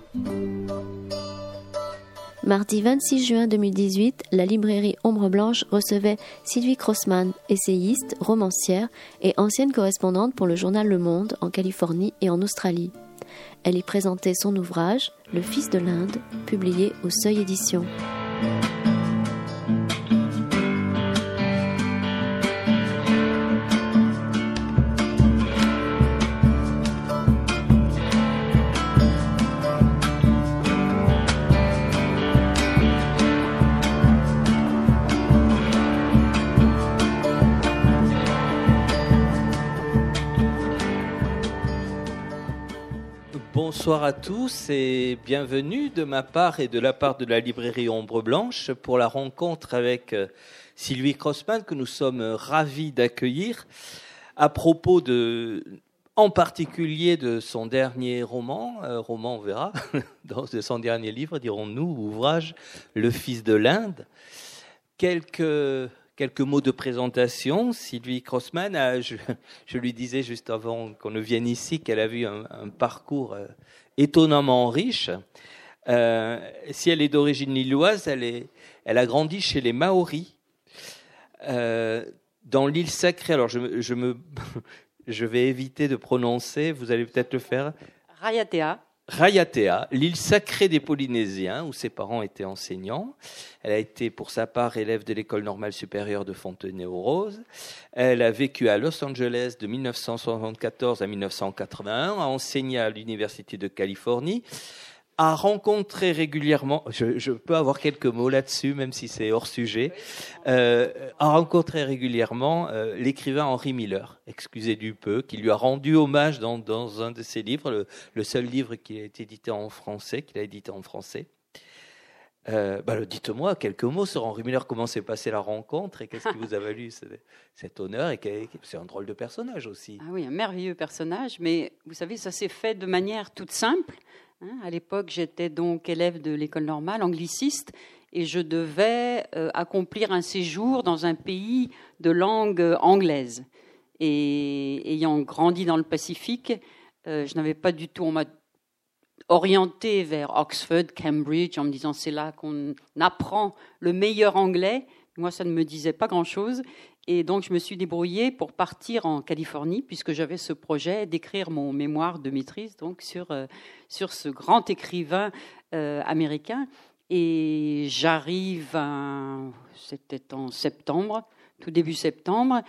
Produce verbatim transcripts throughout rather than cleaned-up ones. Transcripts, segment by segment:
Mardi vingt-six juin deux mille dix-huit, la librairie Ombre Blanche recevait Sylvie Crossman, essayiste, romancière et ancienne correspondante pour le journal Le Monde en Californie et en Australie. Elle y présentait son ouvrage « Le Fils de l'Inde », publié au Seuil Éditions. Bonsoir à tous et bienvenue de ma part et de la part de la librairie Ombre Blanche pour la rencontre avec Sylvie Crossman que nous sommes ravis d'accueillir à propos de, en particulier de son dernier roman, euh, roman on verra, de son dernier livre, dirons-nous, ouvrage, Le Fils de l'Inde. Quelques... Quelques mots de présentation. Sylvie Crossman, a, je, je lui disais juste avant qu'on ne vienne ici qu'elle a vu un, un parcours euh, étonnamment riche. Euh, si elle est d'origine lilloise, elle, est, elle a grandi chez les Maoris, euh, dans l'île sacrée. Alors, je, je, me, je vais éviter de prononcer, vous allez peut-être le faire. Raiatea. Raiatea, l'île sacrée des Polynésiens, où ses parents étaient enseignants. Elle a été, pour sa part, élève de l'École normale supérieure de Fontenay-aux-Roses. Elle a vécu à Los Angeles de mille neuf cent soixante-quatorze à mille neuf cent quatre-vingt-un, a enseigné à l'Université de Californie, a rencontré régulièrement, je, je peux avoir quelques mots là-dessus, même si c'est hors sujet, euh, a rencontré régulièrement euh, l'écrivain Henry Miller, excusez du peu, qui lui a rendu hommage dans, dans un de ses livres, le, le seul livre qui a été édité en français, qu'il a édité en français. Euh, bah, dites-moi quelques mots sur Henry Miller, comment s'est passée la rencontre et qu'est-ce qui vous a valu cet honneur, et c'est un drôle de personnage aussi. Ah oui, un merveilleux personnage, mais vous savez, ça s'est fait de manière toute simple. Hein, à l'époque, j'étais donc élève de l'école normale, angliciste, et je devais euh, accomplir un séjour dans un pays de langue anglaise. Et ayant grandi dans le Pacifique, euh, je n'avais pas du tout, on m'a orienté vers Oxford, Cambridge, en me disant c'est là qu'on apprend le meilleur anglais. Moi, ça ne me disait pas grand-chose. Et donc, je me suis débrouillée pour partir en Californie, puisque j'avais ce projet d'écrire mon mémoire de maîtrise donc, sur, euh, sur ce grand écrivain euh, américain. Et j'arrive, à, c'était en septembre, tout début septembre,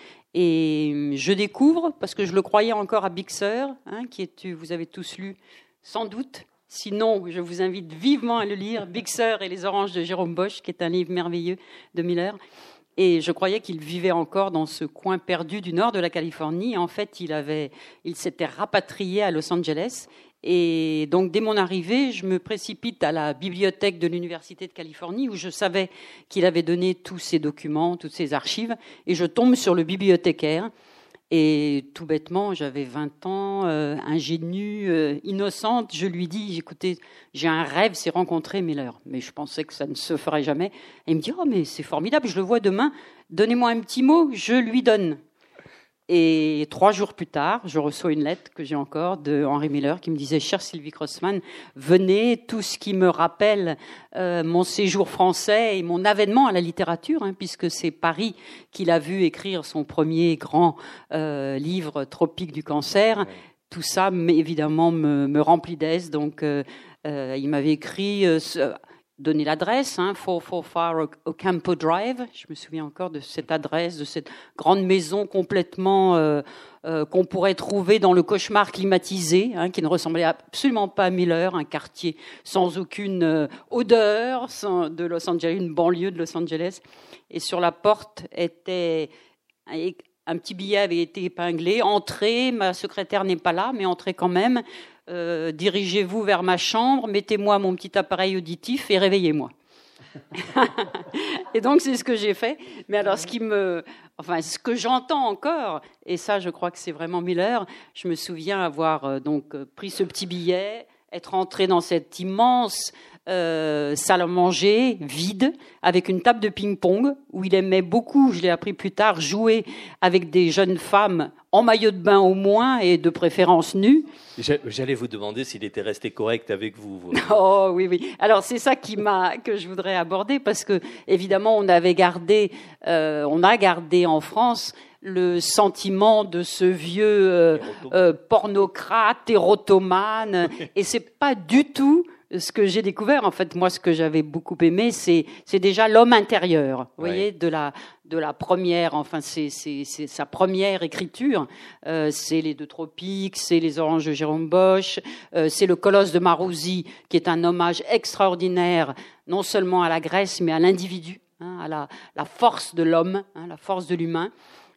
et je découvre, parce que je le croyais encore à Big Sur, hein, qui est, vous avez tous lu, sans doute. Sinon, je vous invite vivement à le lire, Big Sur et les oranges de Jérôme Bosch, qui est un livre merveilleux de Miller. Et je croyais qu'il vivait encore dans ce coin perdu du nord de la Californie. En fait, il, avait, il s'était rapatrié à Los Angeles. Et donc, dès mon arrivée, je me précipite à la bibliothèque de l'Université de Californie, où je savais qu'il avait donné tous ses documents, toutes ses archives. Et je tombe sur le bibliothécaire. Et tout bêtement, j'avais vingt ans, euh, ingénue, euh, innocente. Je lui dis, écoutez, j'ai un rêve, c'est rencontrer Miller. Mais je pensais que ça ne se ferait jamais. Et il me dit, oh mais c'est formidable, je le vois demain. Donnez-moi un petit mot, je lui donne. Et trois jours plus tard, je reçois une lettre que j'ai encore de Henry Miller qui me disait « Chère Sylvie Crossman, venez, tout ce qui me rappelle euh, mon séjour français et mon avènement à la littérature, hein, puisque c'est Paris qu'il a vu écrire son premier grand euh, livre, Tropique du cancer. Tout ça, évidemment, me, me remplit d'aise. Donc, euh, euh, il m'avait écrit... Euh, ce, donner l'adresse, hein, quatre cent quarante-quatre Ocampo Drive. Je me souviens encore de cette adresse, de cette grande maison complètement euh, euh, qu'on pourrait trouver dans le cauchemar climatisé, hein, qui ne ressemblait absolument pas à Miller, un quartier sans aucune euh, odeur sans, de Los Angeles, une banlieue de Los Angeles. Et sur la porte était un, un petit billet avait été épinglé. Entrez, ma secrétaire n'est pas là, mais entrez quand même. Euh, dirigez-vous vers ma chambre, mettez-moi mon petit appareil auditif et réveillez-moi. Et donc c'est ce que j'ai fait. Mais alors ce qui me, enfin ce que j'entends encore, et ça je crois que c'est vraiment Miller. Je me souviens avoir euh, donc pris ce petit billet, être entré dans cette immense euh, salle à manger vide, avec une table de ping-pong, où il aimait beaucoup, je l'ai appris plus tard, jouer avec des jeunes femmes en maillot de bain au moins, et de préférence nues. J'allais vous demander s'il était resté correct avec vous. vous. Oh oui, oui. Alors c'est ça qui m'a que je voudrais aborder, parce que évidemment on avait gardé, euh, on a gardé en France le sentiment de ce vieux euh, euh, pornocrate, érotomane, et c'est pas du tout ce que j'ai découvert. En fait, moi, ce que j'avais beaucoup aimé, c'est c'est déjà l'homme intérieur. Vous ouais. voyez, de la de la première, enfin, c'est c'est c'est sa première écriture. Euh, c'est les Deux Tropiques, c'est les Oranges de Jérôme Bosch, euh, c'est le Colosse de Marouzi, qui est un hommage extraordinaire, non seulement à la Grèce, mais à l'individu, hein, à la la force de l'homme, hein, la force de l'humain.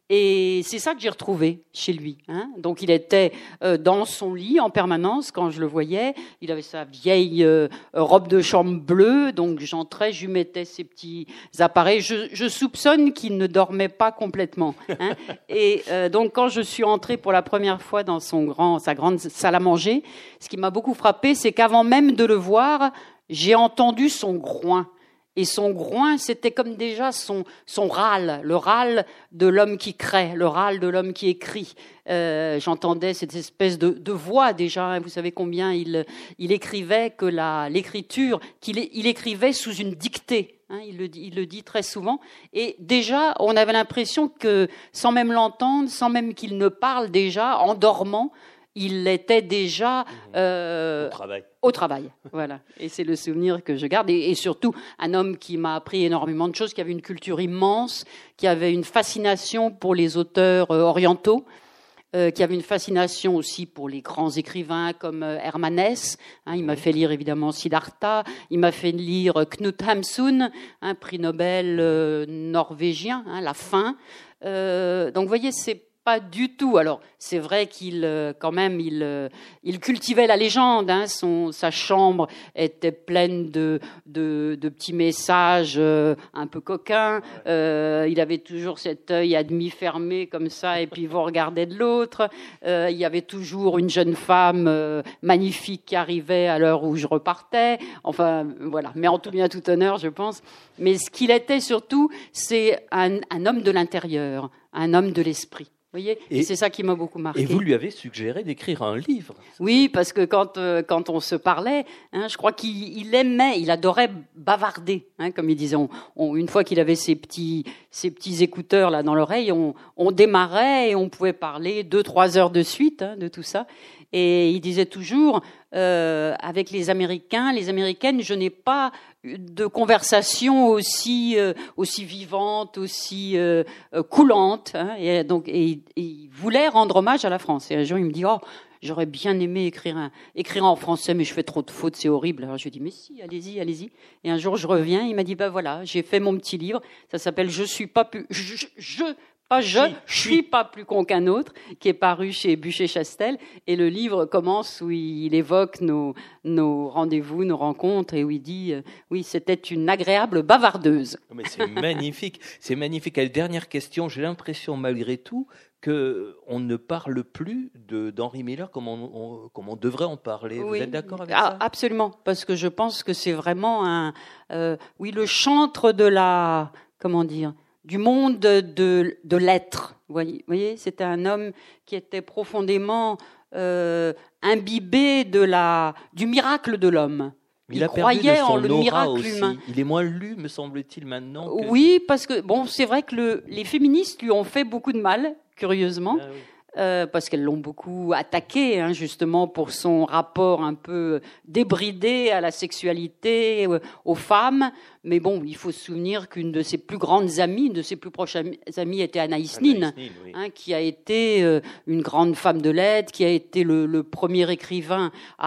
Et c'est ça que j'ai retrouvé chez lui. Hein. Donc il était euh, dans son lit en permanence quand je le voyais. Il avait sa vieille euh, robe de chambre bleue. Donc j'entrais, je lui mettais ses petits appareils. Je, je soupçonne qu'il ne dormait pas complètement. Hein. Et euh, donc quand je suis entrée pour la première fois dans son grand, sa grande salle à manger, ce qui m'a beaucoup frappé, c'est qu'avant même de le voir, j'ai entendu son groin. Et son groin, c'était comme déjà son, son râle, le râle de l'homme qui crée, le râle de l'homme qui écrit. Euh, j'entendais cette espèce de, de voix déjà. Hein, vous savez combien il, il écrivait que la, l'écriture, qu'il il écrivait sous une dictée. Hein, il, le, il le dit très souvent. Et déjà, on avait l'impression que, sans même l'entendre, sans même qu'il ne parle déjà, en dormant, il était déjà euh, au travail. Au travail, voilà. Et c'est le souvenir que je garde. Et, et surtout, un homme qui m'a appris énormément de choses, qui avait une culture immense, qui avait une fascination pour les auteurs euh, orientaux, euh, qui avait une fascination aussi pour les grands écrivains comme euh, Hermann Hesse. Hein, il m'a fait lire évidemment Siddhartha. Il m'a fait lire Knut Hamsun, un prix Nobel euh, norvégien, hein, La Faim. Euh, donc, vous voyez, c'est pas du tout. Alors, c'est vrai qu'il, euh, quand même, il, euh, il cultivait la légende. Hein. Son, sa chambre était pleine de, de, de petits messages euh, un peu coquins. Euh, il avait toujours cet œil à demi fermé comme ça, et puis vous regardez de l'autre. Euh, il y avait toujours une jeune femme euh, magnifique qui arrivait à l'heure où je repartais. Enfin, voilà. Mais en tout bien, tout honneur, je pense. Mais ce qu'il était surtout, c'est un, un homme de l'intérieur, un homme de l'esprit. Vous voyez, et, et c'est ça qui m'a beaucoup marqué. Et vous lui avez suggéré d'écrire un livre. Oui, parce que quand euh, quand on se parlait, hein, je crois qu'il il aimait, il adorait bavarder, hein, comme il disait. On, on, une fois qu'il avait ses petits ses petits écouteurs là dans l'oreille, on on démarrait et on pouvait parler deux trois heures de suite, hein, de tout ça. Et il disait toujours, euh, avec les Américains, les Américaines, je n'ai pas de conversation aussi euh, aussi vivante, aussi euh, euh, coulante. Hein, et donc, et, et il voulait rendre hommage à la France. Et un jour, il me dit, oh, j'aurais bien aimé écrire un, écrire en français, mais je fais trop de fautes, c'est horrible. Alors je lui dis, mais si, allez-y, allez-y. Et un jour, je reviens, il m'a dit, bah voilà, j'ai fait mon petit livre. Ça s'appelle Je suis pas plus, je, je, je Pas je, je suis pas plus con qu'un autre, qui est paru chez Buchet-Chastel. Et le livre commence où il évoque nos, nos rendez-vous, nos rencontres, et où il dit, euh, oui, c'était une agréable bavardeuse. Mais c'est magnifique, c'est magnifique. Et dernière question, j'ai l'impression malgré tout qu'on ne parle plus de, d'Henri Miller comme on, on, comme on devrait en parler. Oui. Vous êtes d'accord avec ah, ça ? Absolument, parce que je pense que c'est vraiment un, euh, oui, le chantre de la, comment dire, du monde de, de l'être. Vous voyez, c'était un homme qui était profondément euh, imbibé de la, du miracle de l'homme. Il, il a croyait en le miracle aussi. humain. Il est moins lu, me semble-t-il, maintenant. Que... Oui, parce que bon, c'est vrai que le, les féministes lui ont fait beaucoup de mal, curieusement. Ah oui. Euh, parce qu'elles l'ont beaucoup attaqué, hein, justement, pour son rapport un peu débridé à la sexualité, euh, aux femmes. Mais bon, il faut se souvenir qu'une de ses plus grandes amies, une de ses plus proches amies était Anaïs Nin, oui. hein, qui a été euh, une grande femme de lettres, qui a été le, le premier écrivain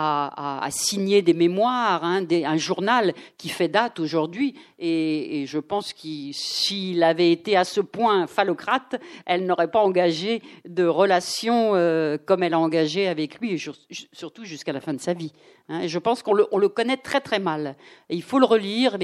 à, à, à signer des mémoires, hein, des, un journal qui fait date aujourd'hui. Et, et je pense que s'il avait été à ce point phallocrate, elle n'aurait pas engagé de relation euh, comme elle a engagé avec lui, et ju- surtout jusqu'à la fin de sa vie. Hein, et je pense qu'on le, on le connaît très très mal. Et il faut le relire, mais je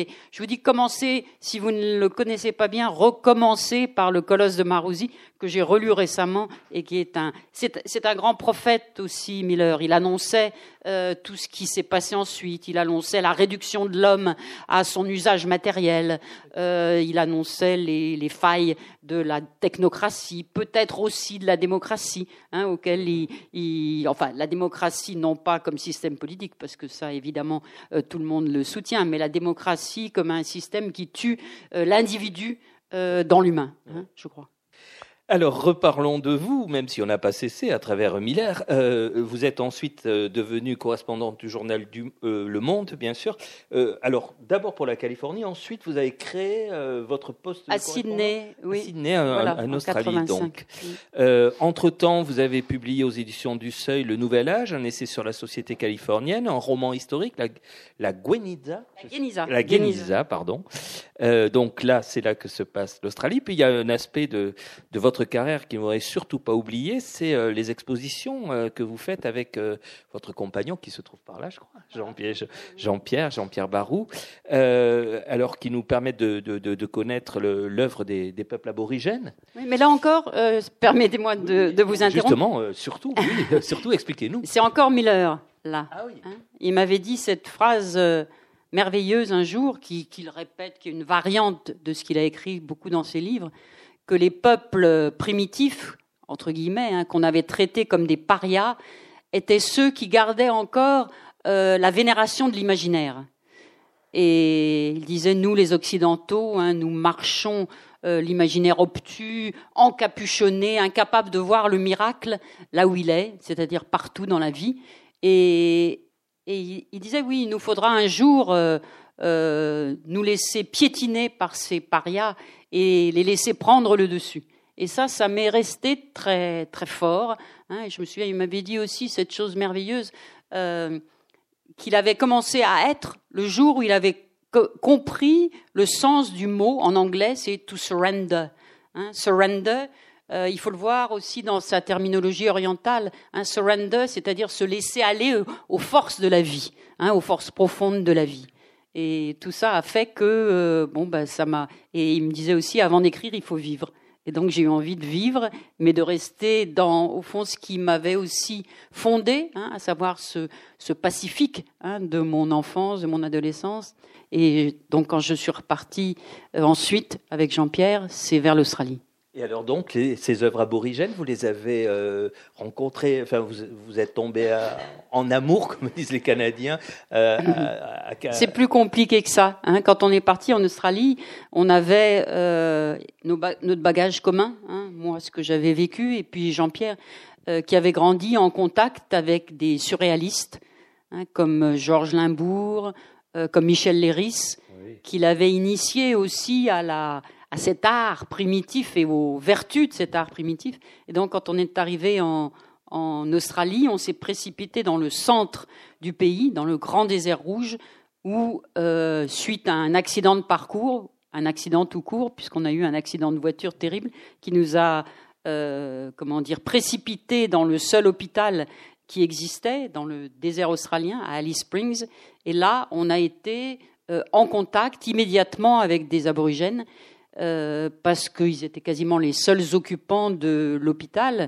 vous dis commencez, si vous ne le connaissez pas bien, recommencez par le Colosse de Maruzzi, que j'ai relu récemment et qui est un, c'est, c'est un grand prophète aussi, Miller. Il annonçait euh, tout ce qui s'est passé ensuite. Il annonçait la réduction de l'homme à son usage matériel. Euh, il annonçait les, les failles de la technocratie, peut-être aussi de la démocratie, hein, auquel il, il, enfin, la démocratie non pas comme système politique, parce que ça, évidemment, euh, tout le monde le soutient, mais la démocratie comme un système qui tue euh, l'individu euh, dans l'humain, hein, je crois. Alors, reparlons de vous, même si on n'a pas cessé à travers Miller. Euh, vous êtes ensuite euh, devenue correspondante du journal du, euh, Le Monde, bien sûr. Euh, alors, d'abord pour la Californie, ensuite vous avez créé euh, votre poste de à Sydney, oui. À Sydney, en, voilà, en en Australie, quatre-vingt-cinq. donc. Oui. Euh, entre-temps, vous avez publié aux éditions du Seuil Le Nouvel Âge, un essai sur la société californienne, un roman historique, la, la Gueniza. La Gueniza. La Gueniza, pardon. Euh, donc là, c'est là que se passe l'Australie. Puis il y a un aspect de, de votre carrière qui ne m'aurait surtout pas oublié, c'est euh, les expositions euh, que vous faites avec euh, votre compagnon qui se trouve par là, je crois, Jean-Pierre, Jean-Pierre, Jean-Pierre Barou, euh, alors qui nous permettent de, de, de, de connaître le, l'œuvre des, des peuples aborigènes. Oui, mais là encore, euh, permettez-moi de, de vous interrompre. Justement, euh, surtout, oui, surtout, expliquez-nous. C'est encore Miller, là. Ah oui. Hein, il m'avait dit cette phrase euh, merveilleuse un jour, qui, qu'il répète, qui est une variante de ce qu'il a écrit beaucoup dans ses livres, que les peuples primitifs, entre guillemets, hein, qu'on avait traités comme des parias, étaient ceux qui gardaient encore euh, la vénération de l'imaginaire. Et il disait, nous les Occidentaux, hein, nous marchons euh, l'imaginaire obtus, encapuchonné, incapable de voir le miracle là où il est, c'est-à-dire partout dans la vie. Et, et il disait, oui, il nous faudra un jour euh, euh, nous laisser piétiner par ces parias et les laisser prendre le dessus. Et ça, ça m'est resté très, très fort. Hein, et je me souviens, il m'avait dit aussi cette chose merveilleuse, euh, qu'il avait commencé à être le jour où il avait co- compris le sens du mot en anglais, c'est to surrender. Hein, surrender, euh, il faut le voir aussi dans sa terminologie orientale. Hein, surrender, c'est-à-dire se laisser aller aux forces de la vie, hein, aux forces profondes de la vie. Et tout ça a fait que, euh, bon, ben, ça m'a. Et il me disait aussi, avant d'écrire, il faut vivre. Et donc j'ai eu envie de vivre, mais de rester dans, au fond, ce qui m'avait aussi fondé, hein, à savoir ce, ce Pacifique, hein, de mon enfance, de mon adolescence. Et donc quand je suis repartie euh, ensuite avec Jean-Pierre, c'est vers l'Australie. Et alors donc, les, ces œuvres aborigènes, vous les avez euh, rencontrées, enfin vous, vous êtes tombé à, en amour, comme disent les Canadiens. Euh, à, à, à... C'est plus compliqué que ça. Hein. Quand on est parti en Australie, on avait euh, nos ba- notre bagage commun, hein, moi ce que j'avais vécu, et puis Jean-Pierre, euh, qui avait grandi en contact avec des surréalistes, hein, comme Georges Limbourg, euh, comme Michel Léris, oui. Qu'il avait initié aussi à la... à cet art primitif et aux vertus de cet art primitif. Et donc, quand on est arrivé en, en Australie, on s'est précipité dans le centre du pays, dans le grand désert rouge, où, euh, suite à un accident de parcours, un accident tout court, puisqu'on a eu un accident de voiture terrible, qui nous a, euh, comment dire, précipité dans le seul hôpital qui existait, dans le désert australien, à Alice Springs. Et là, on a été euh, en contact immédiatement avec des aborigènes, Euh, parce qu'ils étaient quasiment les seuls occupants de l'hôpital,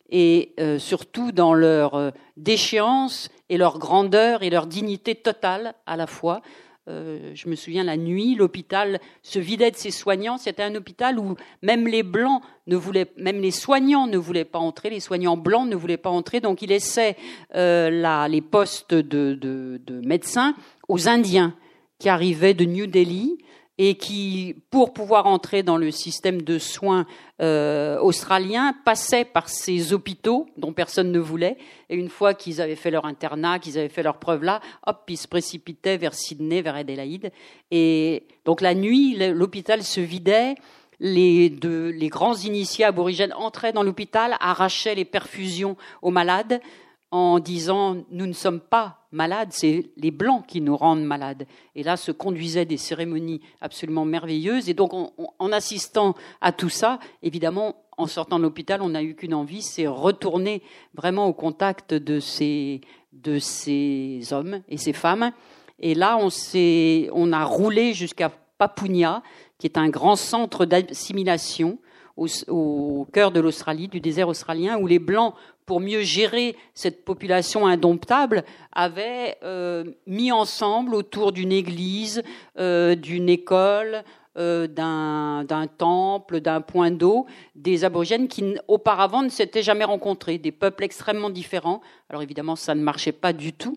et euh, surtout dans leur euh, déchéance et leur grandeur et leur dignité totale à la fois. Euh, je me souviens, la nuit, l'hôpital se vidait de ses soignants. C'était un hôpital où même les blancs ne voulaient, même les soignants ne voulaient pas entrer, les soignants blancs ne voulaient pas entrer, donc il laissait euh, la, les postes de, de, de médecins aux Indiens qui arrivaient de New Delhi, et qui, pour pouvoir entrer dans le système de soins euh, australien, passaient par ces hôpitaux dont personne ne voulait. Et une fois qu'ils avaient fait leur internat, qu'ils avaient fait leurs preuves là, hop, ils se précipitaient vers Sydney, vers Adélaïde. Et donc la nuit, l'hôpital se vidait. Les, de, les grands initiés aborigènes entraient dans l'hôpital, arrachaient les perfusions aux malades, en disant « nous ne sommes pas malades, c'est les Blancs qui nous rendent malades ». Et là se conduisaient des cérémonies absolument merveilleuses. Et donc, on, on, en assistant à tout ça, évidemment, en sortant de l'hôpital, on n'a eu qu'une envie, c'est retourner vraiment au contact de ces, de ces hommes et ces femmes. Et là, on, s'est, on a roulé jusqu'à Papounia, qui est un grand centre d'assimilation au, au cœur de l'Australie, du désert australien, où les Blancs, pour mieux gérer cette population indomptable, avaient euh, mis ensemble autour d'une église, euh, d'une école, euh, d'un, d'un temple, d'un point d'eau, des aborigènes qui auparavant ne s'étaient jamais rencontrés, des peuples extrêmement différents. Alors évidemment, ça ne marchait pas du tout.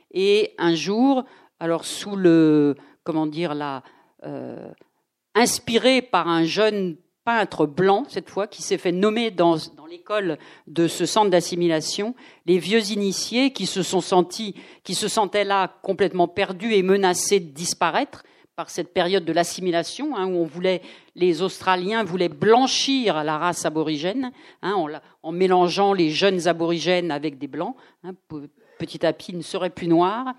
Et un jour, alors sous le, comment dire, la, euh, inspiré par un jeune peintre blanc, cette fois, qui s'est fait nommer dans, dans l'école de ce centre d'assimilation, les vieux initiés qui se sont sentis, qui se sentaient là complètement perdus et menacés de disparaître par cette période de l'assimilation, hein, où on voulait, les Australiens voulaient blanchir la race aborigène, hein, en, en mélangeant les jeunes aborigènes avec des blancs, hein, petit à petit, ils ne seraient plus noirs.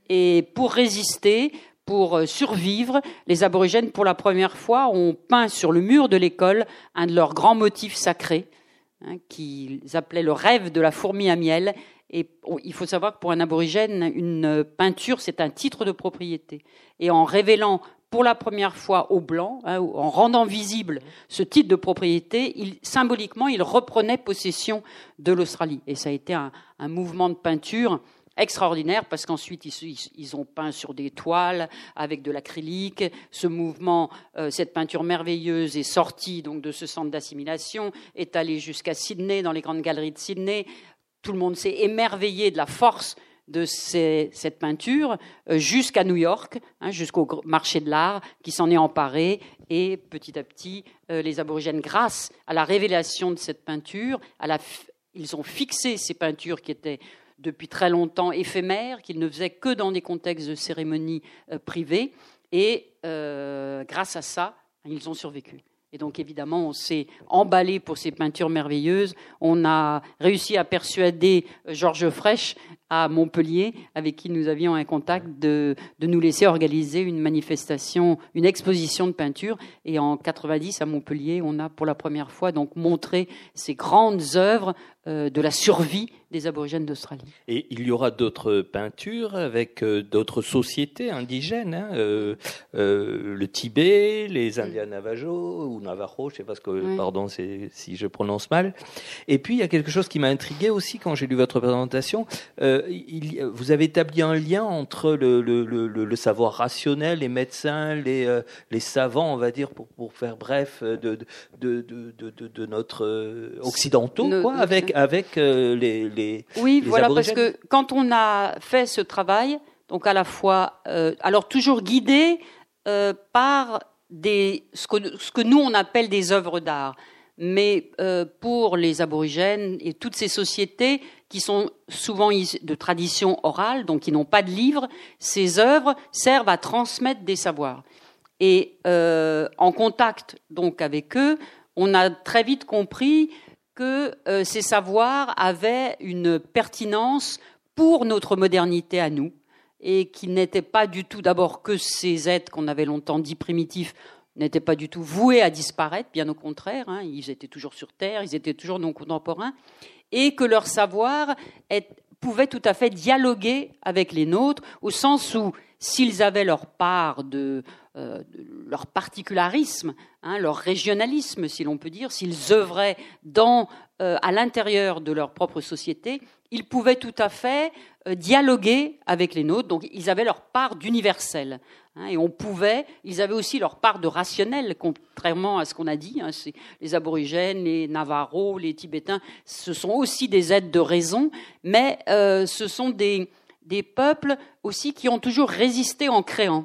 Et pour résister, pour survivre, les aborigènes, pour la première fois, ont peint sur le mur de l'école un de leurs grands motifs sacrés, hein, qu'ils appelaient le rêve de la fourmi à miel. Et il faut savoir que pour un aborigène, une peinture, c'est un titre de propriété. Et en révélant pour la première fois aux Blancs, hein, en rendant visible ce titre de propriété, il, symboliquement, il reprenait possession de l'Australie. Et ça a été un, un mouvement de peinture extraordinaire, parce qu'ensuite ils, ils ont peint sur des toiles avec de l'acrylique. Ce mouvement, euh, cette peinture merveilleuse est sortie donc de ce centre d'assimilation, est allée jusqu'à Sydney, dans les grandes galeries de Sydney. Tout le monde s'est émerveillé de la force de ces, cette peinture, euh, jusqu'à New York, hein, jusqu'au marché de l'art, qui s'en est emparé. Et petit à petit, euh, les aborigènes, grâce à la révélation de cette peinture, à la, ils ont fixé ces peintures qui étaient depuis très longtemps éphémères, qu'ils ne faisaient que dans des contextes de cérémonies euh, privées. Et euh, grâce à ça, ils ont survécu. Et donc, évidemment, on s'est emballé pour ces peintures merveilleuses. On a réussi à persuader Georges Frêche à Montpellier, avec qui nous avions un contact, de, de nous laisser organiser une manifestation, une exposition de peinture. Et en quatre-vingt-dix, à Montpellier, on a pour la première fois donc montré ces grandes œuvres euh, de la survie des aborigènes d'Australie. Et il y aura d'autres peintures avec euh, d'autres sociétés indigènes, hein, euh, euh, le Tibet, les Indiens Navajo ou Navajo, je ne sais pas ce que, oui. Pardon c'est, si je prononce mal. Et puis il y a quelque chose qui m'a intrigué aussi quand j'ai lu votre présentation. Euh, il, vous avez établi un lien entre le, le, le, le savoir rationnel, les médecins, les, euh, les savants, on va dire, pour, pour faire bref, de, de, de, de, de, de notre euh, occidentaux, no, quoi, no, avec, avec euh, les, les Oui, les voilà, aborigènes. Parce que quand on a fait ce travail, donc à la fois, euh, alors toujours guidé euh, par des, ce que, ce que nous on appelle des œuvres d'art. Mais euh, pour les aborigènes et toutes ces sociétés qui sont souvent de tradition orale, donc qui n'ont pas de livres, ces œuvres servent à transmettre des savoirs. Et euh, en contact donc avec eux, on a très vite compris que euh, ces savoirs avaient une pertinence pour notre modernité à nous, et qu'ils n'étaient pas du tout, d'abord, que ces êtres qu'on avait longtemps dit primitifs, n'étaient pas du tout voués à disparaître, bien au contraire, hein, ils étaient toujours sur Terre, ils étaient toujours non contemporains, et que leur savoir est, pouvait tout à fait dialoguer avec les nôtres, au sens où, s'ils avaient leur part de, euh, de leur particularisme, hein, leur régionalisme, si l'on peut dire, s'ils œuvraient dans, euh, à l'intérieur de leur propre société, ils pouvaient tout à fait euh, dialoguer avec les nôtres, donc ils avaient leur part d'universel. Hein, et on pouvait, ils avaient aussi leur part de rationnel, contrairement à ce qu'on a dit. Hein, c'est les aborigènes, les Navajo, les Tibétains, ce sont aussi des êtres de raison, mais euh, ce sont des, des peuples aussi qui ont toujours résisté en créant.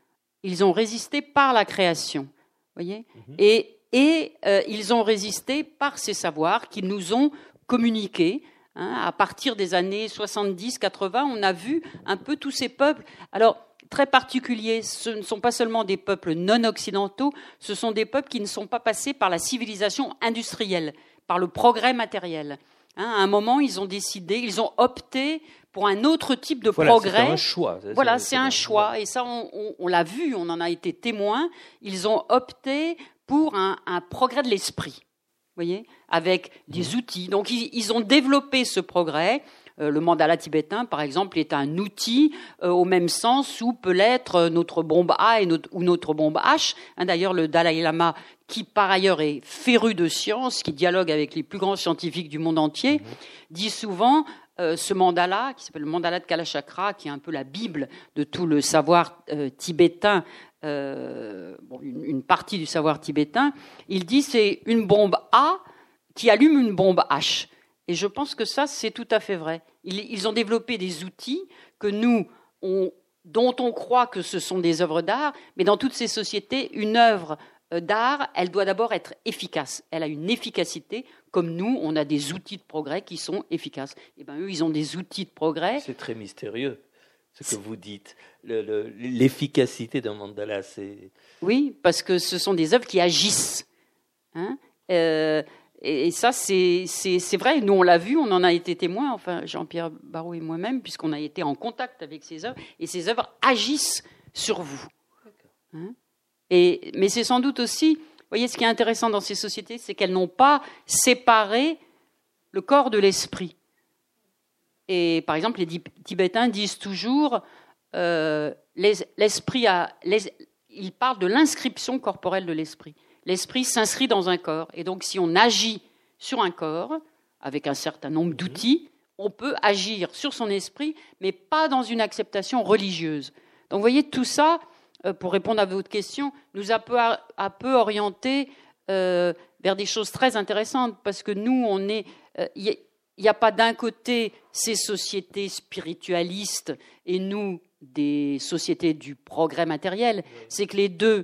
Ils ont résisté par la création, voyez. Mm-hmm. Et, et euh, ils ont résisté par ces savoirs qu'ils nous ont communiqués. Hein, à partir des années soixante-dix quatre-vingts, on a vu un peu tous ces peuples. Alors, très particuliers, ce ne sont pas seulement des peuples non occidentaux, ce sont des peuples qui ne sont pas passés par la civilisation industrielle, par le progrès matériel. Hein, à un moment, ils ont décidé, ils ont opté pour un autre type de voilà, progrès. C'est un choix. C'est, voilà, c'est, c'est un choix. Et ça, on, on, on l'a vu, on en a été témoin. Ils ont opté pour un, un progrès de l'esprit. Voyez, avec des outils. Donc, ils, ils ont développé ce progrès Euh, le mandala tibétain, par exemple, est un outil euh, au même sens où peut l'être notre bombe A et notre, ou notre bombe H. Hein, d'ailleurs, le Dalai Lama, qui par ailleurs est féru de science, qui dialogue avec les plus grands scientifiques du monde entier, mmh. dit souvent euh, ce mandala, qui s'appelle le mandala de Kalachakra, qui est un peu la Bible de tout le savoir euh, tibétain, euh, bon, une, une partie du savoir tibétain, il dit c'est une bombe A qui allume une bombe H. Et je pense que ça, c'est tout à fait vrai. Ils, ils ont développé des outils que nous, on, dont on croit que ce sont des œuvres d'art, mais dans toutes ces sociétés, une œuvre d'art, elle doit d'abord être efficace. Elle a une efficacité, comme nous, on a des outils de progrès qui sont efficaces. Et ben eux, ils ont des outils de progrès. C'est très mystérieux, ce que vous dites. Le, le, l'efficacité d'un mandala, c'est... Oui, parce que ce sont des œuvres qui agissent. Hein euh, Et ça, c'est, c'est, c'est vrai. Nous, on l'a vu, on en a été témoins, enfin, Jean-Pierre Barraud et moi-même, puisqu'on a été en contact avec ces œuvres. Et ces œuvres agissent sur vous. Hein et, mais c'est sans doute aussi, vous voyez, ce qui est intéressant dans ces sociétés, c'est qu'elles n'ont pas séparé le corps de l'esprit. Et par exemple, les Tibétains disent toujours, euh, les, l'esprit a... Les, ils parlent de l'inscription corporelle de l'esprit. L'esprit s'inscrit dans un corps. Et donc, si on agit sur un corps, avec un certain nombre d'outils, on peut agir sur son esprit, mais pas dans une acceptation religieuse. Donc, vous voyez, tout ça, euh, pour répondre à votre question, nous a peu, a, a peu orienté euh, vers des choses très intéressantes, parce que nous, on est... Il euh, n'y a, a pas d'un côté ces sociétés spiritualistes et nous, des sociétés du progrès matériel. C'est que les deux...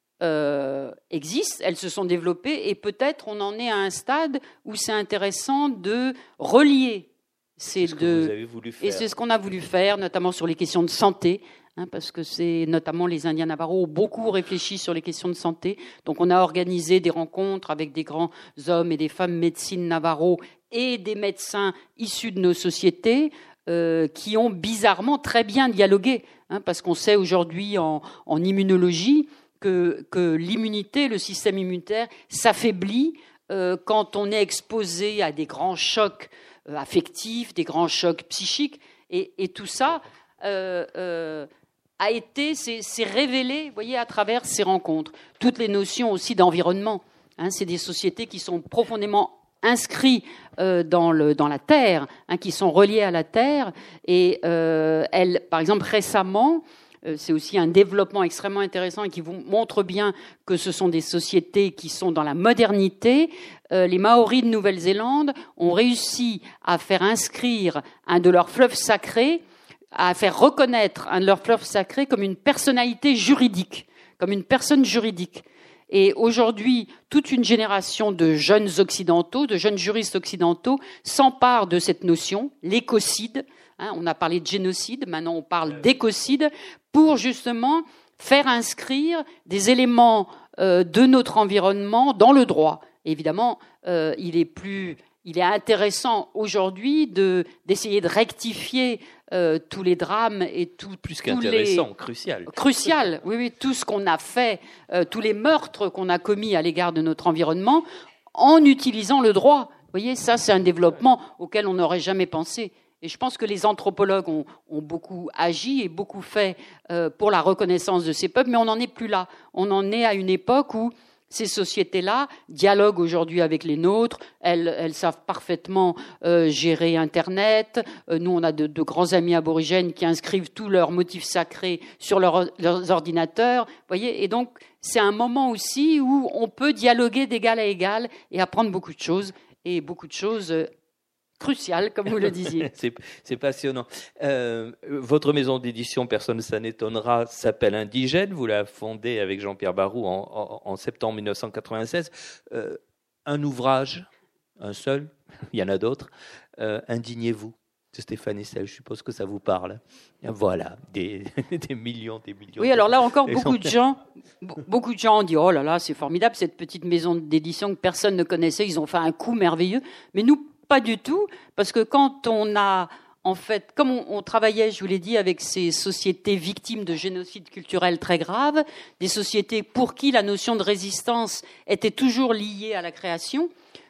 Euh, existent, elles se sont développées et peut-être on en est à un stade où c'est intéressant de relier ces c'est deux. Ce que vous avez voulu faire. Et c'est ce qu'on a voulu faire, notamment sur les questions de santé, hein, parce que c'est notamment les Indiens Navarros ont beaucoup réfléchi sur les questions de santé. Donc on a organisé des rencontres avec des grands hommes et des femmes médecines Navarros et des médecins issus de nos sociétés euh, qui ont bizarrement très bien dialogué, hein, parce qu'on sait aujourd'hui en, en immunologie Que, que l'immunité, le système immunitaire s'affaiblit euh, quand on est exposé à des grands chocs euh, affectifs, des grands chocs psychiques. Et, et tout ça euh, euh, a été, c'est, c'est révélé, vous voyez, à travers ces rencontres. Toutes les notions aussi d'environnement. Hein, c'est des sociétés qui sont profondément inscrites euh, dans, le, dans la terre, hein, qui sont reliées à la terre. Et euh, elles, par exemple, récemment... C'est aussi un développement extrêmement intéressant et qui vous montre bien que ce sont des sociétés qui sont dans la modernité. Euh, les Maoris de Nouvelle-Zélande ont réussi à faire inscrire un de leurs fleuves sacrés, à faire reconnaître un de leurs fleuves sacrés comme une personnalité juridique, comme une personne juridique. Et aujourd'hui, toute une génération de jeunes occidentaux, de jeunes juristes occidentaux s'emparent de cette notion, l'écocide. Hein, on a parlé de génocide, maintenant on parle d'écocide, pour justement faire inscrire des éléments euh, de notre environnement dans le droit. Et évidemment, euh, il est plus, il est intéressant aujourd'hui de d'essayer de rectifier euh, tous les drames et tout plus qu'intéressant, les... crucial, crucial. Oui, oui, tout ce qu'on a fait, euh, tous les meurtres qu'on a commis à l'égard de notre environnement, en utilisant le droit. Vous voyez, ça, c'est un développement auquel on n'aurait jamais pensé. Et je pense que les anthropologues ont, ont beaucoup agi et beaucoup fait euh, pour la reconnaissance de ces peuples, mais on n'en est plus là. On en est à une époque où ces sociétés-là dialoguent aujourd'hui avec les nôtres. Elles, elles savent parfaitement euh, gérer Internet. Euh, nous, on a de, de grands amis aborigènes qui inscrivent tous leurs motifs sacrés sur leur, leurs ordinateurs. Vous voyez, et donc, c'est un moment aussi où on peut dialoguer d'égal à égal et apprendre beaucoup de choses, et beaucoup de choses... Euh, crucial, comme vous le disiez. c'est, c'est passionnant. Euh, votre maison d'édition, personne ne s'en étonnera, s'appelle Indigène. Vous la fondée avec Jean-Pierre Barraud en, en, en septembre mille neuf cent quatre-vingt-seize. Euh, un ouvrage, un seul, il y en a d'autres, euh, Indignez-vous, de Stéphane Hessel. Je suppose que ça vous parle. Voilà, des, des millions, des millions. Oui, alors là encore, beaucoup de gens, beaucoup de gens ont dit, oh là là, c'est formidable, cette petite maison d'édition que personne ne connaissait, ils ont fait un coup merveilleux. Mais nous, pas du tout, parce que quand on a, en fait, comme on, on travaillait, je vous l'ai dit, avec ces sociétés victimes de génocides culturels très graves, des sociétés pour qui la notion de résistance était toujours liée à la création,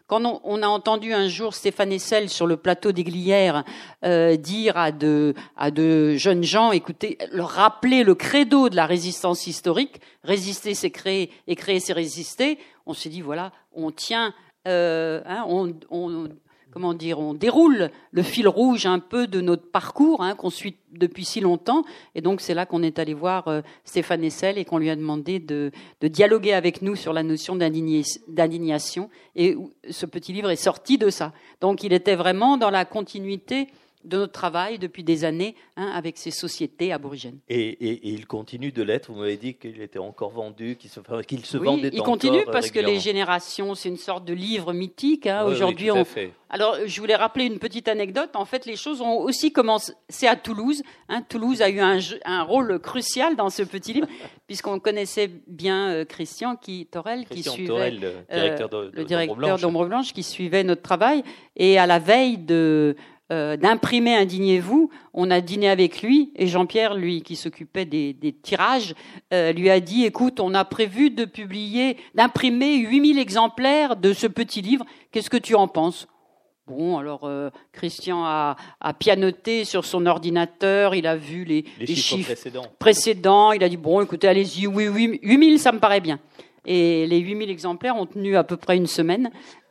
Quand on, on a entendu un jour Stéphane Hessel sur le plateau des Glières euh, dire à de, à de jeunes gens, écoutez, leur rappeler le credo de la résistance historique, résister c'est créer et créer c'est résister, on s'est dit voilà, on tient, euh, hein, on, on comment dire, on déroule le fil rouge un peu de notre parcours hein, qu'on suit depuis si longtemps. Et donc, c'est là qu'on est allé voir euh, Stéphane Hessel et qu'on lui a demandé de, de dialoguer avec nous sur la notion d'indignation. Et ce petit livre est sorti de ça. Donc, il était vraiment dans la continuité de notre travail depuis des années hein, avec ces sociétés aborigènes. Et, et, et il continue de l'être. Vous m'avez dit qu'il était encore vendu, qu'il se, qu'il se oui, vendait il encore continue parce que les générations, c'est une sorte de livre mythique. Hein. Oui, Aujourd'hui, oui, tout à on... fait. Alors, je voulais rappeler une petite anecdote. En fait, les choses ont aussi commencé à Toulouse. Hein. Toulouse a eu un, un rôle crucial dans ce petit livre, puisqu'on connaissait bien euh, Christian qui, Torel, Christian qui suivait Torel, le directeur, de, euh, de, le directeur d'Ombre d'Ombre Blanche, qui suivait notre travail. Et à la veille de Euh, d'imprimer Indignez-vous, on a dîné avec lui et Jean-Pierre, lui, qui s'occupait des, des tirages, euh, lui a dit, écoute, on a prévu de publier, d'imprimer huit mille exemplaires de ce petit livre, qu'est-ce que tu en penses ? Bon, alors euh, Christian a, a pianoté sur son ordinateur, il a vu les, les, les chiffres, chiffres précédents. précédents, il a dit, bon, écoutez, allez-y, oui, oui, huit mille, ça me paraît bien. Et les huit mille exemplaires ont tenu à peu près une semaine.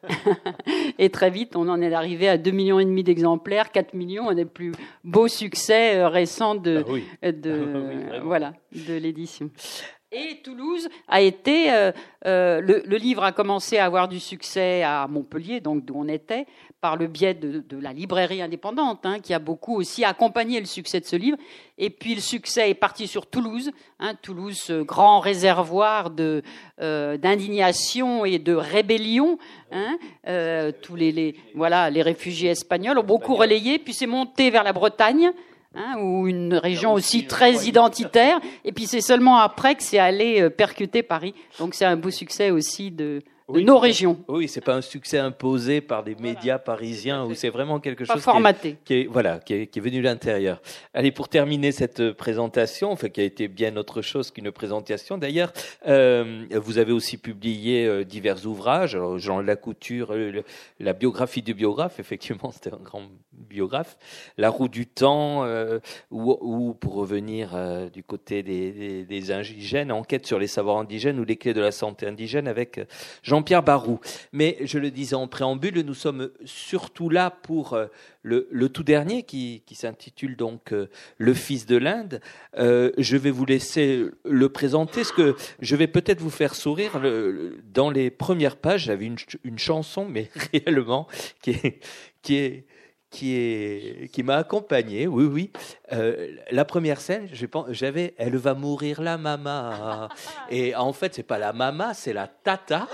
Et très vite, on en est arrivé à deux millions et demi d'exemplaires, quatre millions, un des plus beaux succès euh, récents de, ah oui. de, ah oui, voilà, de l'édition. Et Toulouse a été, euh, euh, le, le livre a commencé à avoir du succès à Montpellier, donc d'où on était, par le biais de, de la librairie indépendante, hein, qui a beaucoup aussi accompagné le succès de ce livre. Et puis le succès est parti sur Toulouse, hein, Toulouse, ce grand réservoir de, euh, d'indignation et de rébellion. Hein, euh, tous les, les, voilà, les réfugiés espagnols ont beaucoup relayé, puis c'est monté vers la Bretagne. Hein, ou une région aussi très identitaire, et puis c'est seulement après que c'est allé percuter Paris. Donc c'est un beau succès aussi de, de oui, nos régions. Oui, c'est pas un succès imposé par des médias parisiens, où c'est vraiment quelque pas chose formaté. Qui, est, qui est voilà, qui est, qui est venu de l'intérieur. Allez, pour terminer cette présentation, enfin qui a été bien autre chose qu'une présentation. D'ailleurs, euh, vous avez aussi publié euh, divers ouvrages, alors, Jean Lacouture, euh, la biographie du biographe, effectivement, c'était un grand biographe, La roue du temps, euh, ou, ou pour revenir euh, du côté des, des, des indigènes, Enquête sur les savoirs indigènes ou les clés de la santé indigène avec Jean-Pierre Barroux. Mais je le disais en préambule, nous sommes surtout là pour euh, le, le tout dernier qui, qui s'intitule donc euh, Le Fils de l'Inde. Euh, je vais vous laisser le présenter, parce que je vais peut-être vous faire sourire. Le, dans les premières pages, j'avais une, une chanson, mais réellement, qui est... Qui est qui est qui m'a accompagné, oui oui. Euh, la première scène, j'avais elle va mourir la mama, et en fait c'est pas la mama, c'est la tata,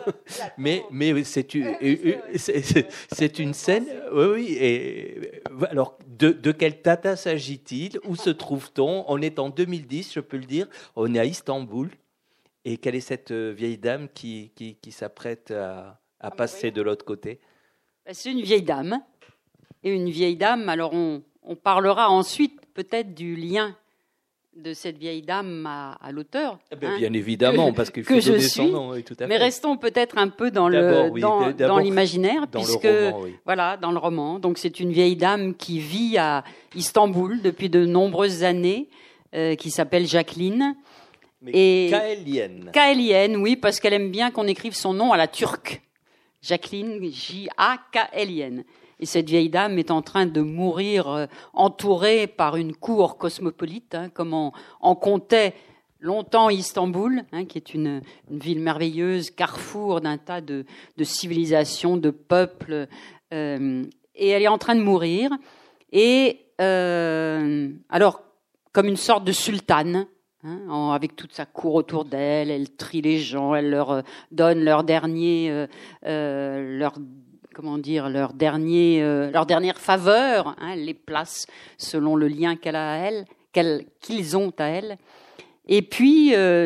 mais mais c'est une c'est, c'est une scène, oui oui. Et alors de de quelle tata s'agit-il? Où se trouve-t-on? On est en deux mille dix, je peux le dire. On est à Istanbul, et quelle est cette vieille dame qui qui, qui s'apprête à, à passer de l'autre côté? C'est une vieille dame. Et une vieille dame, alors on, on parlera ensuite peut-être du lien de cette vieille dame à, à l'auteur. Eh bien, hein, bien évidemment, que, parce qu'il faut que donner je son suis, nom. Oui, tout à fait. Mais restons peut-être un peu dans, d'abord, le, oui, dans, d'abord, dans l'imaginaire, dans puisque, le roman, oui. voilà, dans le roman. Donc c'est une vieille dame qui vit à Istanbul depuis de nombreuses années, euh, qui s'appelle Jacqueline. Mais et Kaelienne. Kaelienne, oui, parce qu'elle aime bien qu'on écrive son nom à la turque. Jacqueline, J A K L I N. Et cette vieille dame est en train de mourir euh, entourée par une cour cosmopolite, hein, comme en, en comptait longtemps Istanbul, hein, qui est une, une ville merveilleuse, carrefour d'un tas de, de civilisations, de peuples. Euh, et elle est en train de mourir. Et euh, alors, comme une sorte de sultane, hein, en, avec toute sa cour autour d'elle, elle trie les gens, elle leur euh, donne leur dernier, euh, euh, leur comment dire, leur dernier, euh, leur dernière faveur, hein, les place selon le lien qu'elle a à elle, qu'elle, qu'ils ont à elle. Et puis euh,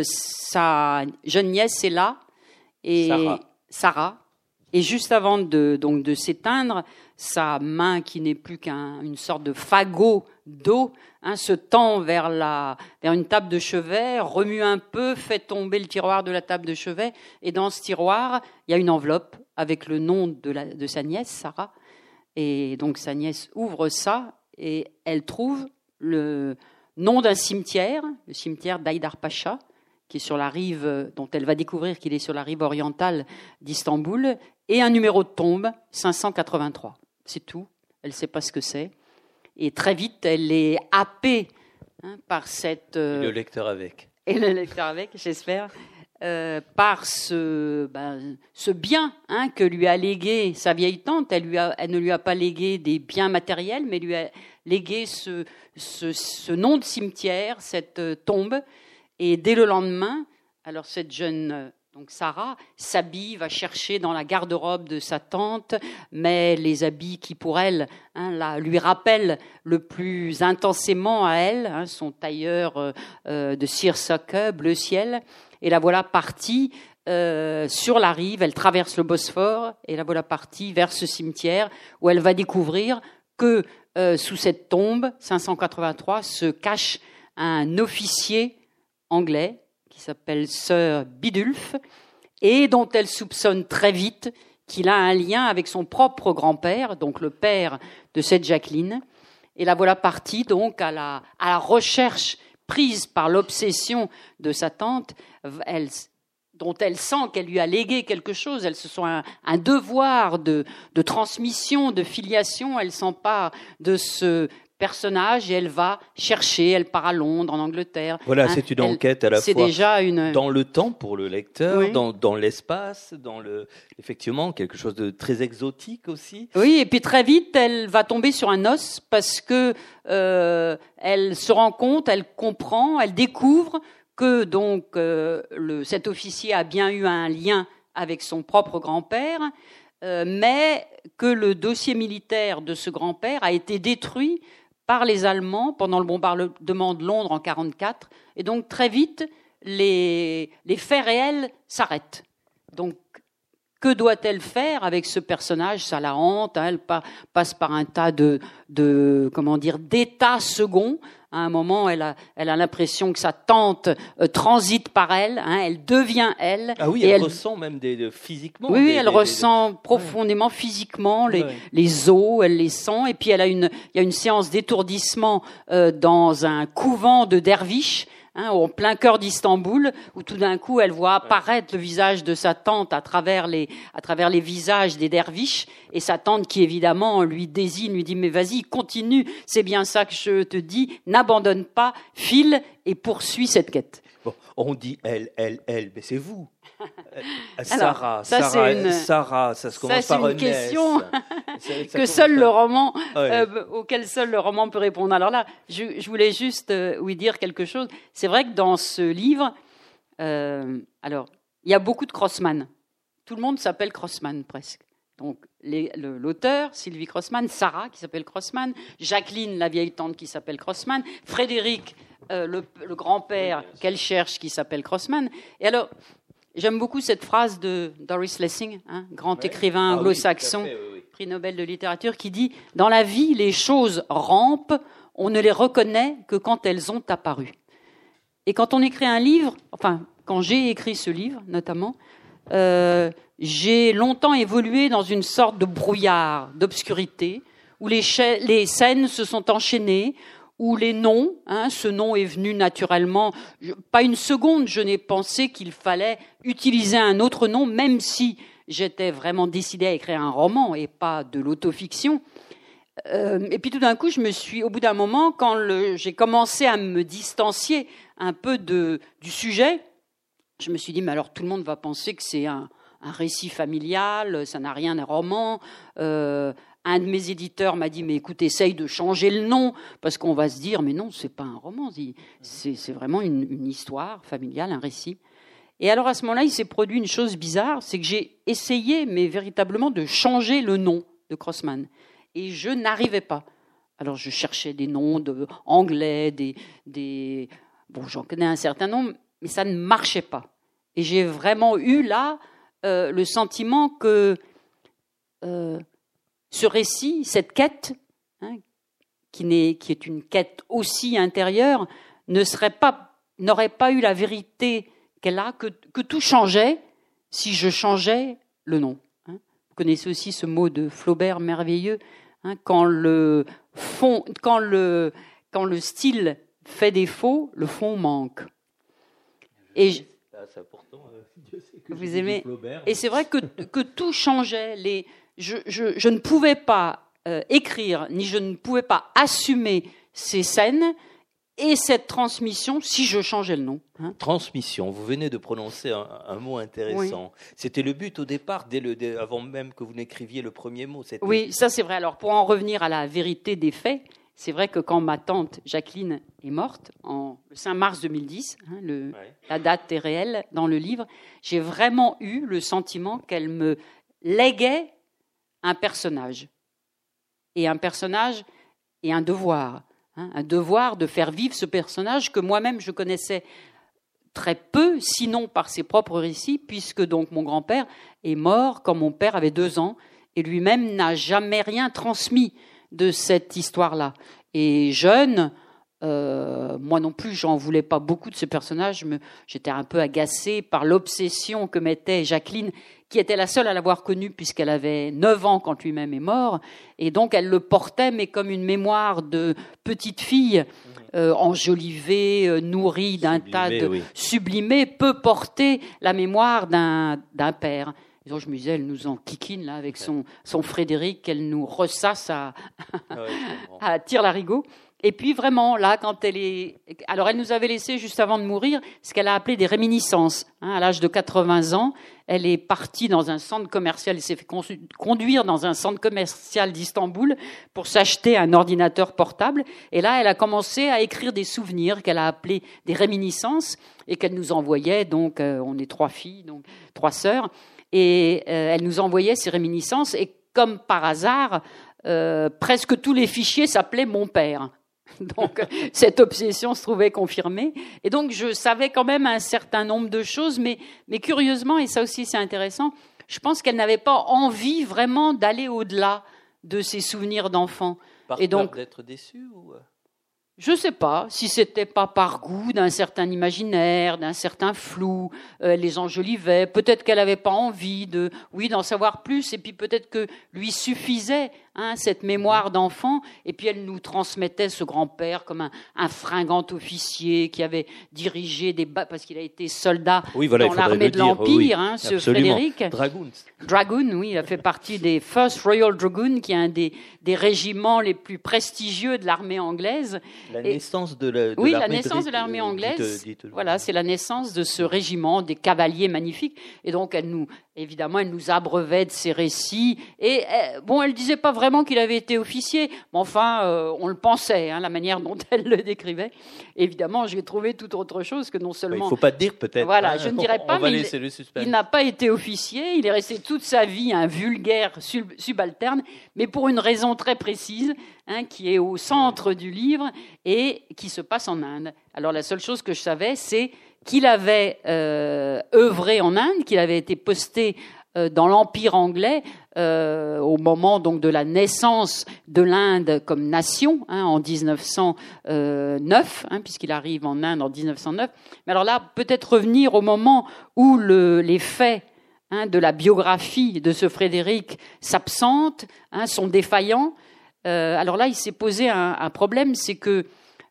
sa jeune nièce est là, et Sarah. Sarah. Et juste avant de donc de s'éteindre, sa main qui n'est plus qu'une sorte de fagot d'eau, hein, se tend vers la vers une table de chevet, remue un peu, fait tomber le tiroir de la table de chevet, et dans ce tiroir, il y a une enveloppe avec le nom de, la, de sa nièce, Sarah. Et donc sa nièce ouvre ça et elle trouve le nom d'un cimetière, le cimetière d'Haïdar Pacha, qui est sur la rive, dont elle va découvrir qu'il est sur la rive orientale d'Istanbul, et un numéro de tombe, cinq cent quatre-vingt-trois. C'est tout. Elle ne sait pas ce que c'est. Et très vite, elle est happée hein, par cette... Euh, et le lecteur avec. Et le lecteur avec, j'espère. Euh, par ce, ben, ce bien hein, que lui a légué sa vieille tante. Elle, lui a, elle ne lui a pas légué des biens matériels, mais lui a légué ce, ce, ce nom de cimetière, cette euh, tombe. Et dès le lendemain, alors cette jeune euh, donc Sarah s'habille, va chercher dans la garde-robe de sa tante, mais les habits qui pour elle hein, la, lui rappellent le plus intensément à elle, hein, son tailleur euh, euh, de seersucker, bleu ciel. Et la voilà partie euh, sur la rive, elle traverse le Bosphore, et la voilà partie vers ce cimetière où elle va découvrir que euh, sous cette tombe, cinq cent quatre-vingt-trois, se cache un officier anglais qui s'appelle Sir Bidulph, et dont elle soupçonne très vite qu'il a un lien avec son propre grand-père, donc le père de cette Jacqueline. Et la voilà partie donc à la, à la recherche prise par l'obsession de sa tante, elle, dont elle sent qu'elle lui a légué quelque chose, elle se sent un, un devoir de, de transmission, de filiation, elle s'empare de ce personnage et elle va chercher, elle part à Londres, en Angleterre. Voilà, hein, c'est une elle, enquête à la c'est fois déjà une... dans le temps pour le lecteur, oui. dans, dans l'espace, dans le, effectivement quelque chose de très exotique aussi. Oui, et puis très vite, elle va tomber sur un os parce que euh, elle se rend compte, elle comprend, elle découvre que donc euh, le, cet officier a bien eu un lien avec son propre grand-père, euh, mais que le dossier militaire de ce grand-père a été détruit par les Allemands pendant le bombardement de Londres en quarante-quatre. Et donc, très vite, les, les faits réels s'arrêtent. Donc, que doit-elle faire avec ce personnage? Ça la hante, hein, elle pa- passe par un tas de, de comment dire, d'états seconds. À un moment, elle a, elle a l'impression que sa tante euh, transite par elle, hein, elle devient elle. Ah oui, et elle, elle ressent même des, des, physiquement. Oui, des, elle des, ressent des... profondément, ouais. physiquement, les, ouais. les os, elle les sent. Et puis, elle a une, il y a une séance d'étourdissement euh, dans un couvent de derviches, hein, en plein cœur d'Istanbul, où tout d'un coup, elle voit apparaître le visage de sa tante à travers les, à travers les visages des derviches, et sa tante qui, évidemment, lui désigne, lui dit, mais vas-y, continue, c'est bien ça que je te dis, n'abandonne pas, file et poursuis cette quête. Bon, on dit elle, elle, elle, mais c'est vous. Alors, Sarah, ça, Sarah, c'est une, Sarah, ça se commence ça, par une question c'est, que seul par... le roman, ouais. euh, auquel seul le roman peut répondre. Alors là, je, je voulais juste euh, oui dire quelque chose. C'est vrai que dans ce livre, euh, alors il y a beaucoup de Crossman. Tout le monde s'appelle Crossman presque. Donc les, le, l'auteur, Sylvie Crossman, Sarah qui s'appelle Crossman, Jacqueline, la vieille tante qui s'appelle Crossman, Frédéric, euh, le, le grand-père oui, qu'elle cherche qui s'appelle Crossman. Et alors, j'aime beaucoup cette phrase de Doris Lessing, hein, grand ouais. écrivain ah, anglo-saxon, oui, oui, oui. prix Nobel de littérature, qui dit « Dans la vie, les choses rampent, on ne les reconnaît que quand elles ont apparu. » Et quand on écrit un livre, enfin, quand j'ai écrit ce livre, notamment, euh, j'ai longtemps évolué dans une sorte de brouillard, d'obscurité, où les, cha- les scènes se sont enchaînées, où les noms, hein, ce nom est venu naturellement, je, pas une seconde, je n'ai pensé qu'il fallait utiliser un autre nom, même si j'étais vraiment décidée à écrire un roman et pas de l'autofiction. Euh, et puis tout d'un coup, je me suis, au bout d'un moment, quand le, j'ai commencé à me distancier un peu de, du sujet, je me suis dit, mais alors tout le monde va penser que c'est un, un récit familial, ça n'a rien d'un roman. Euh, un de mes éditeurs m'a dit, mais écoute, essaye de changer le nom, parce qu'on va se dire, mais non, c'est pas un roman, c'est, c'est vraiment une, une histoire familiale, un récit. Et alors à ce moment-là, il s'est produit une chose bizarre, c'est que j'ai essayé, mais véritablement, de changer le nom de Crossman. Et je n'arrivais pas. Alors je cherchais des noms de anglais, des, des... bon, j'en connais un certain nombre, mais ça ne marchait pas. Et j'ai vraiment eu là euh, le sentiment que euh, ce récit, cette quête, hein, qui, n'est, qui est une quête aussi intérieure, ne serait pas, n'aurait pas eu la vérité qu'elle a, que, que tout changeait si je changeais le nom. Hein. Vous connaissez aussi ce mot de Flaubert merveilleux, hein, quand le fond, quand le, quand le style fait défaut, le fond manque. Et je, ça, pourtant, euh, Dieu sait que vous aimez. Flaubert, et c'est vrai que, que tout changeait. Les, je, je, je ne pouvais pas euh, écrire, ni je ne pouvais pas assumer ces scènes et cette transmission si je changeais le nom. Hein. Transmission, vous venez de prononcer un, un mot intéressant. Oui. C'était le but au départ, dès le, dès, avant même que vous n'écriviez le premier mot. C'était... Oui, ça c'est vrai. Alors pour en revenir à la vérité des faits, c'est vrai que quand ma tante Jacqueline est morte, en, le cinq mars deux mille dix, hein, le, ouais. la date est réelle dans le livre, j'ai vraiment eu le sentiment qu'elle me léguait un personnage. Et un personnage et un devoir. Hein, un devoir de faire vivre ce personnage que moi-même je connaissais très peu, sinon par ses propres récits, puisque donc mon grand-père est mort quand mon père avait deux ans et lui-même n'a jamais rien transmis de cette histoire-là. Et jeune, euh, moi non plus, j'en voulais pas beaucoup de ce personnage. Me, j'étais un peu agacée par l'obsession que mettait Jacqueline, qui était la seule à l'avoir connu puisqu'elle avait neuf ans quand lui-même est mort. Et donc, elle le portait, mais comme une mémoire de petite fille, euh, enjolivée, euh, nourrie d'un sublimé, tas de... Oui. sublimée, peut porter la mémoire d'un, d'un père. Et donc, je me disais, elle nous enquiquine là avec son, son Frédéric, elle nous ressasse à, ouais, à Tire-Larigot. Et puis vraiment, là, quand elle est... Alors, elle nous avait laissé, juste avant de mourir, ce qu'elle a appelé des réminiscences. Hein, à l'âge de quatre-vingts ans, elle est partie dans un centre commercial, elle s'est fait conduire dans un centre commercial d'Istanbul pour s'acheter un ordinateur portable. Et là, elle a commencé à écrire des souvenirs qu'elle a appelés des réminiscences et qu'elle nous envoyait. Donc, euh, on est trois filles, donc trois sœurs. Et euh, elle nous envoyait ces réminiscences. Et comme par hasard, euh, presque tous les fichiers s'appelaient « Mon père ». Donc, cette obsession se trouvait confirmée. Et donc, je savais quand même un certain nombre de choses, mais, mais curieusement, et ça aussi c'est intéressant, je pense qu'elle n'avait pas envie vraiment d'aller au-delà de ses souvenirs d'enfant. Par et peur donc, d'être déçue ou... Je ne sais pas si c'était pas par goût d'un certain imaginaire, d'un certain flou, euh, elle les enjolivait. Peut-être qu'elle n'avait pas envie de, oui, d'en savoir plus. Et puis peut-être que lui suffisait hein, cette mémoire d'enfant. Et puis elle nous transmettait ce grand-père comme un, un fringant officier qui avait dirigé des bas parce qu'il a été soldat oui, voilà, dans l'armée de l'Empire. Oui, hein, ce absolument. Frédéric. Dragoons. Dragoon, oui, il a fait partie des First Royal Dragoon, qui est un des, des régiments les plus prestigieux de l'armée anglaise. La naissance de, la, de oui, l'armée la naissance de, de l'armée anglaise. Dites, dites, voilà, c'est la naissance de ce régiment, des cavaliers magnifiques. Et donc, elle nous, évidemment, elle nous abreuvait de ses récits. Et bon, elle disait pas vraiment qu'il avait été officier, mais enfin, euh, on le pensait, hein, la manière dont elle le décrivait. Évidemment, j'ai trouvé tout autre chose que non seulement. Il faut pas te dire peut-être. Voilà, hein, je ne dirais pas, on va mais laisser il, le suspense. Il n'a pas été officier. Il est resté toute sa vie un vulgaire sub, subalterne, mais pour une raison très précise, hein, qui est au centre du livre et qui se passe en Inde. Alors la seule chose que je savais, c'est qu'il avait euh, œuvré en Inde, qu'il avait été posté euh, dans l'Empire anglais euh, au moment donc de la naissance de l'Inde comme nation hein, en dix-neuf cent neuf, hein, puisqu'il arrive en Inde en dix-neuf cent neuf. Mais alors là, peut-être revenir au moment où le, les faits hein, de la biographie de ce Frédéric s'absentent, hein, sont défaillants. Euh, alors là, il s'est posé un, un problème, c'est que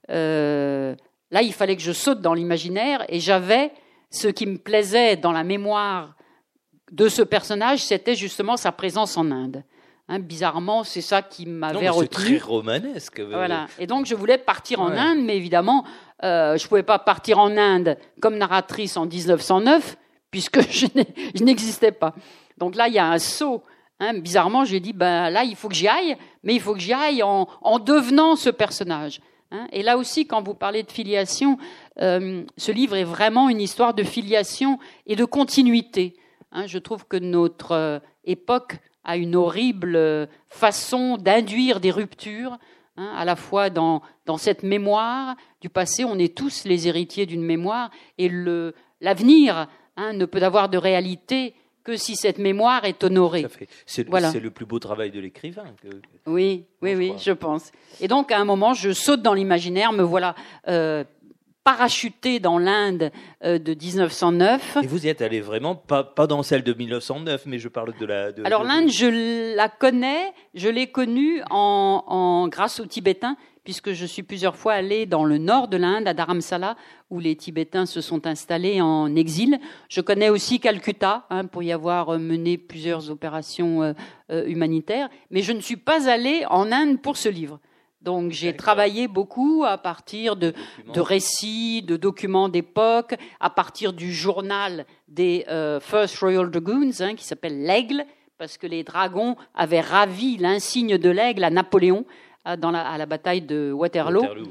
euh, là, il fallait que je saute dans l'imaginaire et j'avais ce qui me plaisait dans la mémoire de ce personnage, c'était justement sa présence en Inde. Hein, bizarrement, c'est ça qui m'avait non, retenu. C'est très romanesque. Voilà. Et donc, je voulais partir en ouais. Inde, mais évidemment, euh, je ne pouvais pas partir en Inde comme narratrice en dix-neuf cent neuf, puisque je, je n'existais pas. Donc là, il y a un saut. Hein, bizarrement, j'ai dit, ben là, il faut que j'y aille, mais il faut que j'y aille en, en devenant ce personnage. Hein. Et là aussi, quand vous parlez de filiation, euh, ce livre est vraiment une histoire de filiation et de continuité. Hein, je trouve que notre euh, époque a une horrible façon d'induire des ruptures, hein, à la fois dans, dans cette mémoire du passé. On est tous les héritiers d'une mémoire, et le, l'avenir hein, ne peut avoir de réalité que si cette mémoire est honorée. C'est, voilà. c'est le plus beau travail de l'écrivain. Que, que oui, oui, oui, je pense. Et donc, à un moment, je saute dans l'imaginaire, me voilà euh, parachuté dans l'Inde euh, de dix-neuf cent neuf. Et vous y êtes allé vraiment, pas, pas dans celle de mille neuf cent neuf, mais je parle de la... De, Alors de... l'Inde, je la connais, je l'ai connue en, en, grâce aux Tibétains, puisque je suis plusieurs fois allée dans le nord de l'Inde, à Dharamsala, où les Tibétains se sont installés en exil. Je connais aussi Calcutta, hein, pour y avoir mené plusieurs opérations euh, euh, humanitaires, mais je ne suis pas allée en Inde pour ce livre. Donc j'ai D'accord. travaillé beaucoup à partir de, de récits, de documents d'époque, à partir du journal des euh, First Royal Dragoons, hein, qui s'appelle l'Aigle, parce que les dragons avaient ravi l'insigne de l'Aigle à Napoléon à, dans la, à la bataille de Waterloo. Waterloo.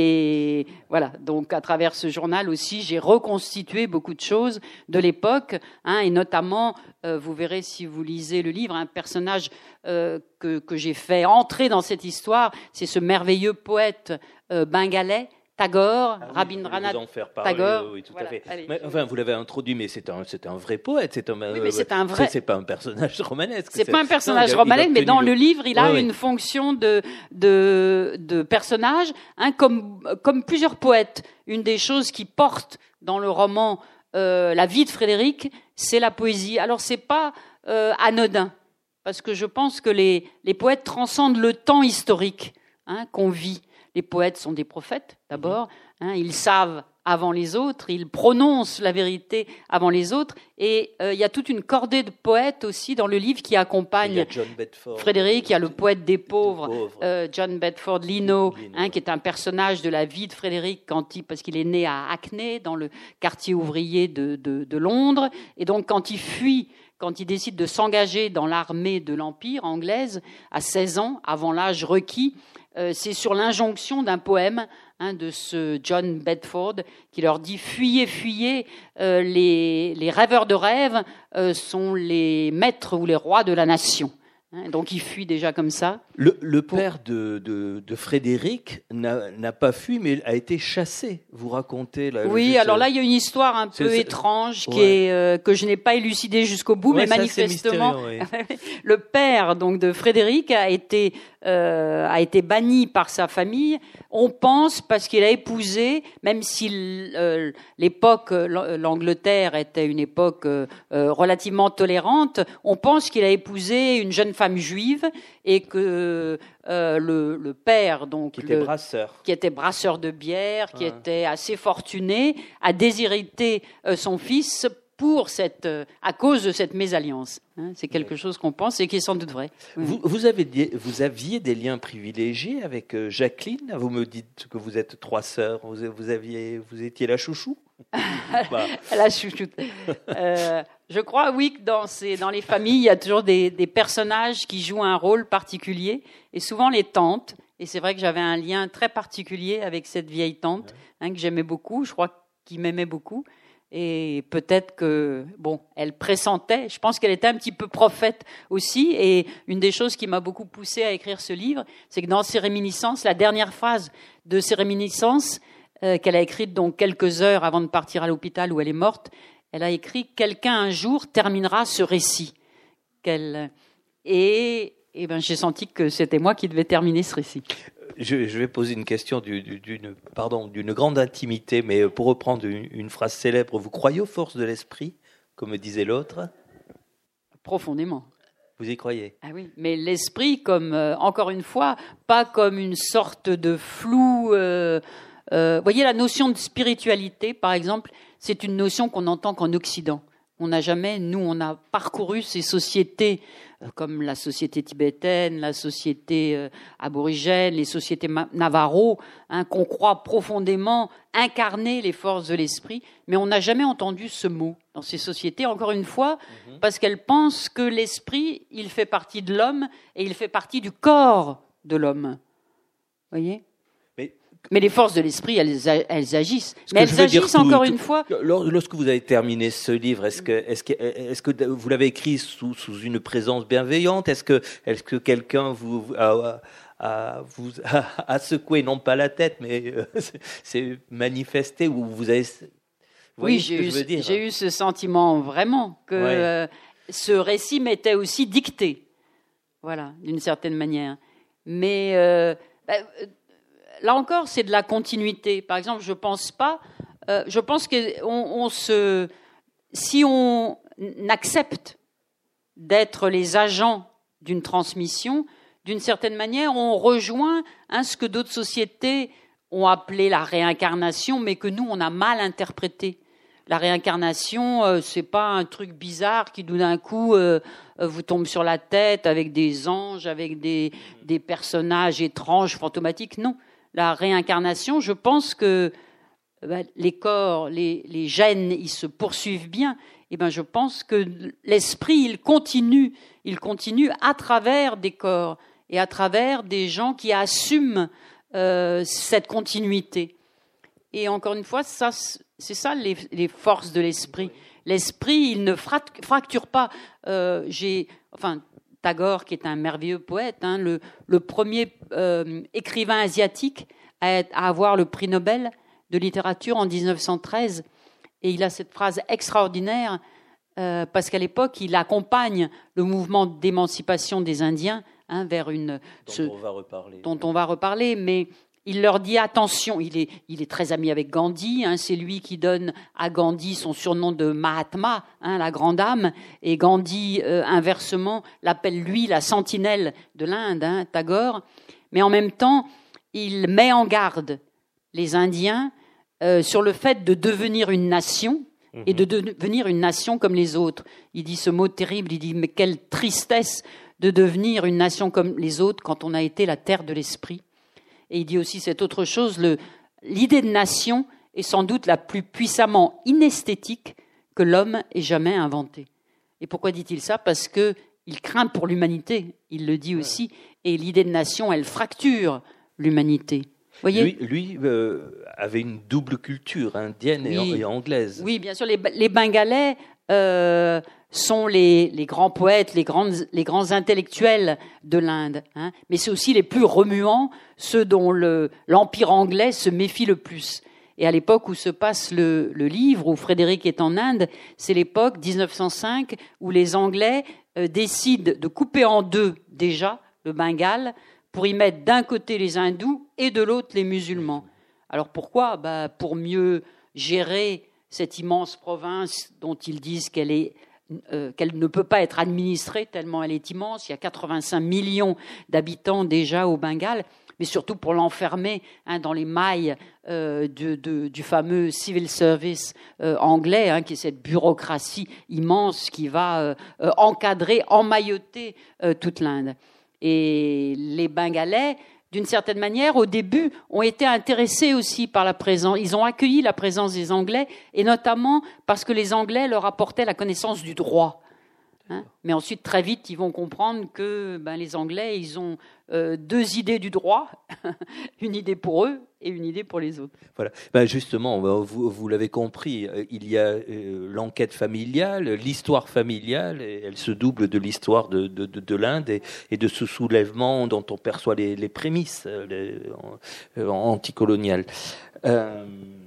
Et voilà, donc à travers ce journal aussi, j'ai reconstitué beaucoup de choses de l'époque, hein, et notamment, euh, vous verrez si vous lisez le livre, un personnage euh, que, que j'ai fait entrer dans cette histoire, c'est ce merveilleux poète euh, bengalais, Tagore, ah oui, Rabindranath Tagore. Oui, oui, tout voilà, à fait. Allez, mais, enfin, vous l'avez introduit, mais c'est un, c'est un vrai poète. C'est un, oui, mais c'est un vrai. C'est, c'est pas un personnage romanesque. C'est, c'est pas un personnage non, romanesque, mais dans le... le livre, il a oui, une oui. fonction de de, de personnage, hein, comme comme plusieurs poètes. Une des choses qui porte dans le roman euh, la vie de Frédéric, c'est la poésie. Alors c'est pas euh, anodin, parce que je pense que les les poètes transcendent le temps historique, hein, qu'on vit. Les poètes sont des prophètes, d'abord. Hein, ils savent avant les autres, ils prononcent la vérité avant les autres. Et euh, il y a toute une cordée de poètes aussi dans le livre qui accompagne Frédéric. Il y a le poète des pauvres, des pauvres. Euh, John Bedford Lino, Lino hein, qui est un personnage de la vie de Frédéric quand il, parce qu'il est né à Hackney, dans le quartier ouvrier de, de, de Londres. Et donc, quand il fuit, quand il décide de s'engager dans l'armée de l'Empire anglaise, à seize ans, avant l'âge requis, Euh, c'est sur l'injonction d'un poème hein, de ce John Bedford qui leur dit « Fuyez, fuyez, euh, les, les rêveurs de rêves euh, sont les maîtres ou les rois de la nation. » Donc il fuit déjà comme ça. Le, le père de, de, de Frédéric n'a, n'a pas fui, mais a été chassé. Vous racontez là. Oui, alors là il y a une histoire un peu c'est, étrange c'est... qui ouais. est euh, que je n'ai pas élucidée jusqu'au bout, ouais, mais ça, manifestement oui. le père donc de Frédéric a été euh, a été banni par sa famille. On pense parce qu'il a épousé, même si euh, l'époque l'Angleterre était une époque euh, relativement tolérante, on pense qu'il a épousé une jeune femme juive et que euh, le, le père, donc qui était le, brasseur, qui était brasseur de bière, qui ouais. était assez fortuné, a déshérité euh, son fils pour cette, euh, à cause de cette mésalliance. Hein, c'est quelque chose qu'on pense et qui est sans doute vrai. Oui. Vous, vous, avez, vous aviez des liens privilégiés avec euh, Jacqueline. Vous me dites que vous êtes trois sœurs. Vous, vous aviez, vous étiez la chouchou. bah. La chouchoute. Euh, je crois, oui, que dans, ces, dans les familles, il y a toujours des, des personnages qui jouent un rôle particulier, et souvent les tantes. Et c'est vrai que j'avais un lien très particulier avec cette vieille tante, hein, que j'aimais beaucoup. Je crois qu'il m'aimait beaucoup. Et peut-être que, bon, elle pressentait. Je pense qu'elle était un petit peu prophète aussi. Et une des choses qui m'a beaucoup poussée à écrire ce livre, c'est que dans ses réminiscences, la dernière phrase de ses réminiscences, euh, qu'elle a écrite donc quelques heures avant de partir à l'hôpital où elle est morte, elle a écrit « Quelqu'un un jour terminera ce récit ». Qu'elle... Et, et ben, j'ai senti que c'était moi qui devais terminer ce récit. Je, je vais poser une question du, du, d'une, pardon, d'une grande intimité, mais pour reprendre une, une phrase célèbre, vous croyez aux forces de l'esprit, comme disait l'autre ? Profondément. Vous y croyez ? Ah oui, mais l'esprit, comme euh, encore une fois, pas comme une sorte de flou. Euh, euh, voyez, la notion de spiritualité, par exemple, c'est une notion qu'on n'entend qu'en Occident. On n'a jamais, nous, on a parcouru ces sociétés euh, comme la société tibétaine, la société euh, aborigène, les sociétés ma- Navarro, hein, qu'on croit profondément incarner les forces de l'esprit, mais on n'a jamais entendu ce mot dans ces sociétés, encore une fois, mm-hmm. parce qu'elles pensent que l'esprit, il fait partie de l'homme et il fait partie du corps de l'homme. Vous voyez ? Mais les forces de l'esprit, elles, elles agissent. Ce mais elles agissent tout, encore tout, une fois. Lorsque vous avez terminé ce livre, est-ce que, est-ce que, est-ce que vous l'avez écrit sous, sous une présence bienveillante ? Est-ce que, est-ce que quelqu'un vous a, a, vous a, a secoué, non pas la tête, mais euh, s'est manifesté ou vous avez... Vous oui, j'ai eu, j'ai eu ce sentiment vraiment que ouais. euh, ce récit m'était aussi dicté, voilà, d'une certaine manière. Mais euh, bah, là encore, c'est de la continuité. Par exemple, je pense pas, euh, je pense que on, on se, si on accepte d'être les agents d'une transmission, d'une certaine manière, on rejoint hein, ce que d'autres sociétés ont appelé la réincarnation, mais que nous, on a mal interprété. La réincarnation, euh, c'est pas un truc bizarre qui, d'un coup, euh, vous tombe sur la tête avec des anges, avec des, des personnages étranges, fantomatiques. Non. La réincarnation, je pense que ben, les corps, les, les gènes, ils se poursuivent bien. Et ben, je pense que l'esprit, il continue, il continue à travers des corps et à travers des gens qui assument euh, cette continuité. Et encore une fois, ça, c'est ça les, les forces de l'esprit. L'esprit, il ne fracture pas. Euh, j'ai, enfin, Tagore, qui est un merveilleux poète, hein, le, le premier euh, écrivain asiatique à, être, à avoir le prix Nobel de littérature en dix-neuf cent treize. Et il a cette phrase extraordinaire, euh, parce qu'à l'époque, il accompagne le mouvement d'émancipation des Indiens hein, vers une... Dont ce, on va reparler. Dont on va reparler, mais... Il leur dit attention, il est, il est très ami avec Gandhi, hein, c'est lui qui donne à Gandhi son surnom de Mahatma, hein, la grande âme, et Gandhi, euh, inversement, l'appelle lui la sentinelle de l'Inde, hein, Tagore. Mais en même temps, il met en garde les Indiens euh, sur le fait de devenir une nation, mmh. et de devenir une nation comme les autres. Il dit ce mot terrible, il dit « mais quelle tristesse de devenir une nation comme les autres quand on a été la terre de l'esprit ». Et il dit aussi cette autre chose, le, l'idée de nation est sans doute la plus puissamment inesthétique que l'homme ait jamais inventée. Et pourquoi dit-il ça ? Parce qu'il craint pour l'humanité, il le dit aussi, et l'idée de nation, elle fracture l'humanité. Voyez ? Lui, lui euh, avait une double culture, indienne oui. et, et anglaise. Oui, bien sûr, les, les Bengalais... Euh, sont les, les grands poètes, les, grandes, les grands intellectuels de l'Inde. Hein. Mais c'est aussi les plus remuants, ceux dont le, l'Empire anglais se méfie le plus. Et à l'époque où se passe le, le livre, où Frédéric est en Inde, c'est l'époque dix-neuf cent cinq où les Anglais euh, décident de couper en deux déjà le Bengale pour y mettre d'un côté les hindous et de l'autre les musulmans. Alors pourquoi ? Bah, pour mieux gérer cette immense province dont ils disent qu'elle est Euh, qu'elle ne peut pas être administrée tellement elle est immense. Il y a quatre-vingt-cinq millions d'habitants déjà au Bengale, mais surtout pour l'enfermer hein, dans les mailles euh, de, de, du fameux civil service euh, anglais, hein, qui est cette bureaucratie immense qui va euh, euh, encadrer, emmailloter euh, toute l'Inde. Et les Bengalais, d'une certaine manière, au début, ont été intéressés aussi par la présence. Ils ont accueilli la présence des Anglais, et notamment parce que les Anglais leur apportaient la connaissance du droit. Hein. Mais ensuite, très vite, ils vont comprendre que ben, les Anglais, ils ont euh, deux idées du droit, une idée pour eux et une idée pour les autres. Voilà. Ben justement, vous, vous l'avez compris, il y a euh, l'enquête familiale, l'histoire familiale, et elle se double de l'histoire de, de, de, de l'Inde et, et de ce soulèvement dont on perçoit les, les prémices les, euh, anticoloniales. Euh,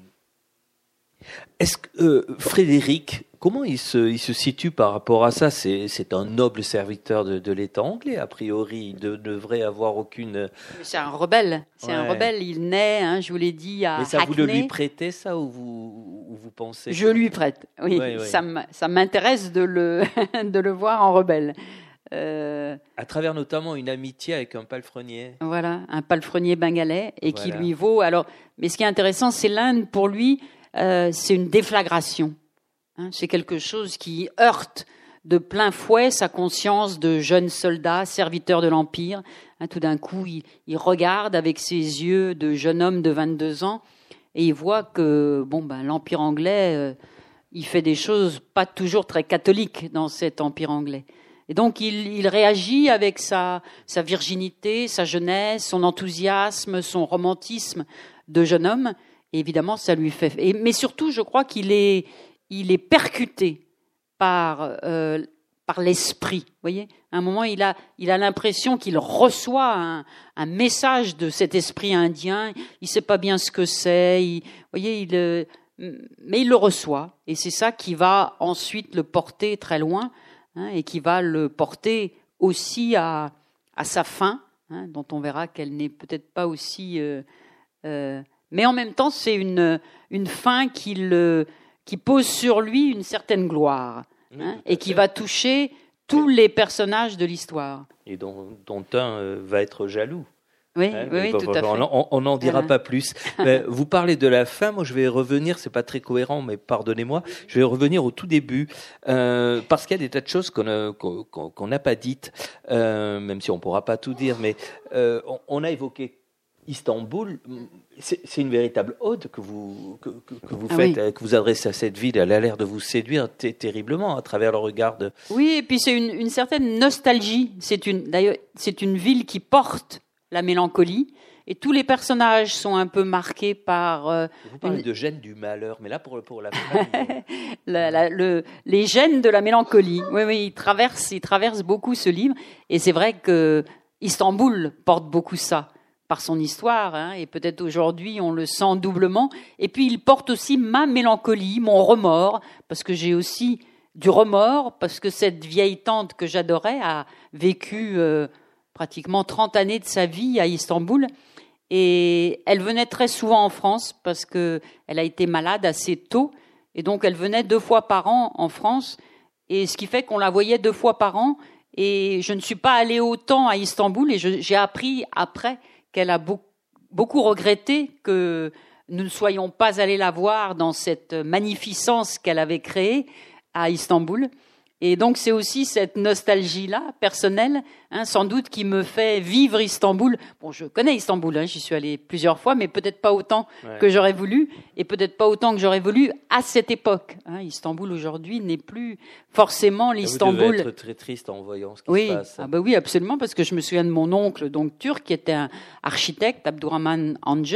est-ce que euh, Frédéric, comment il se, il se situe par rapport à ça ? C'est, c'est un noble serviteur de, de l'État anglais, a priori. Il ne devrait avoir aucune... C'est un rebelle. C'est ouais. un rebelle. Il naît, hein, je vous l'ai dit, à Mais ça, Hackney. Vous le lui prêtez, ça, ou vous, ou vous pensez Je lui prête, oui. ouais, ouais. Ça, ça m'intéresse de le, de le voir en rebelle. Euh... À travers notamment une amitié avec un palefrenier. Voilà, un palefrenier bengalais, et voilà. qui lui vaut... Alors, mais ce qui est intéressant, c'est l'Inde, pour lui, euh, c'est une déflagration. Hein, c'est quelque chose qui heurte de plein fouet sa conscience de jeune soldat, serviteur de l'Empire. Hein, tout d'un coup, il, il regarde avec ses yeux de jeune homme de vingt-deux ans et il voit que bon, ben, l'Empire anglais, euh, il fait des choses pas toujours très catholiques dans cet Empire anglais. Et donc, il, il réagit avec sa, sa virginité, sa jeunesse, son enthousiasme, son romantisme de jeune homme. Et évidemment, ça lui fait... Et, mais surtout, je crois qu'il est... il est percuté par, euh, par l'esprit. Vous voyez, à un moment, il a, il a l'impression qu'il reçoit un, un message de cet esprit indien. Il ne sait pas bien ce que c'est. Il, vous voyez, il, euh, mais il le reçoit. Et c'est ça qui va ensuite le porter très loin, hein, et qui va le porter aussi à, à sa fin, hein, dont on verra qu'elle n'est peut-être pas aussi... Euh, Euh, mais en même temps, c'est une, une fin qui, le, qui pose sur lui une certaine gloire, hein, et qui va toucher tous les personnages de l'histoire. Et dont, dont un euh, va être jaloux. Oui, hein, oui, bon, tout bon, à fait. On n'en dira Voilà. pas plus. Mais vous parlez de la fin, moi je vais revenir, c'est pas très cohérent, mais pardonnez-moi, je vais revenir au tout début, euh, parce qu'il y a des tas de choses qu'on n'a qu'on, qu'on n'a pas dites, euh, même si on pourra pas tout dire, mais euh, on, on a évoqué Istanbul, c'est, c'est une véritable ode que vous, que, que, que vous Ah faites, oui. que vous adressez à cette ville. Elle a l'air de vous séduire t- terriblement à travers le regard de... Oui, et puis c'est une, une certaine nostalgie. C'est une, d'ailleurs, c'est une ville qui porte la mélancolie, et tous les personnages sont un peu marqués par euh, Vous parlez une- de gêne du malheur, mais là pour, pour la femme... la, la, le, les gènes de la mélancolie. Oui, oui, il traverse, il traverse beaucoup ce livre, et c'est vrai que Istanbul porte beaucoup ça par son histoire, hein, et peut-être aujourd'hui on le sent doublement. Et puis il porte aussi ma mélancolie, mon remords, parce que j'ai aussi du remords, parce que cette vieille tante que j'adorais a vécu euh, pratiquement trente années de sa vie à Istanbul, et elle venait très souvent en France parce que elle a été malade assez tôt, et donc elle venait deux fois par an en France, et ce qui fait qu'on la voyait deux fois par an. Et je ne suis pas allée autant à Istanbul, et je, j'ai appris après qu'elle a beaucoup, beaucoup regretté que nous ne soyons pas allés la voir dans cette magnificence qu'elle avait créée à Istanbul. Et donc c'est aussi cette nostalgie-là, personnelle, hein, sans doute, qui me fait vivre Istanbul. Bon, je connais Istanbul, hein, j'y suis allée plusieurs fois, mais peut-être pas autant Ouais. que j'aurais voulu, et peut-être pas autant que j'aurais voulu à cette époque. Hein, Istanbul aujourd'hui n'est plus forcément Vous l'Istanbul. devez être très triste en voyant ce qui Oui, se passe. ah bah oui, absolument, parce que je me souviens de mon oncle, donc turc, qui était un architecte, Abdurrahman Ange,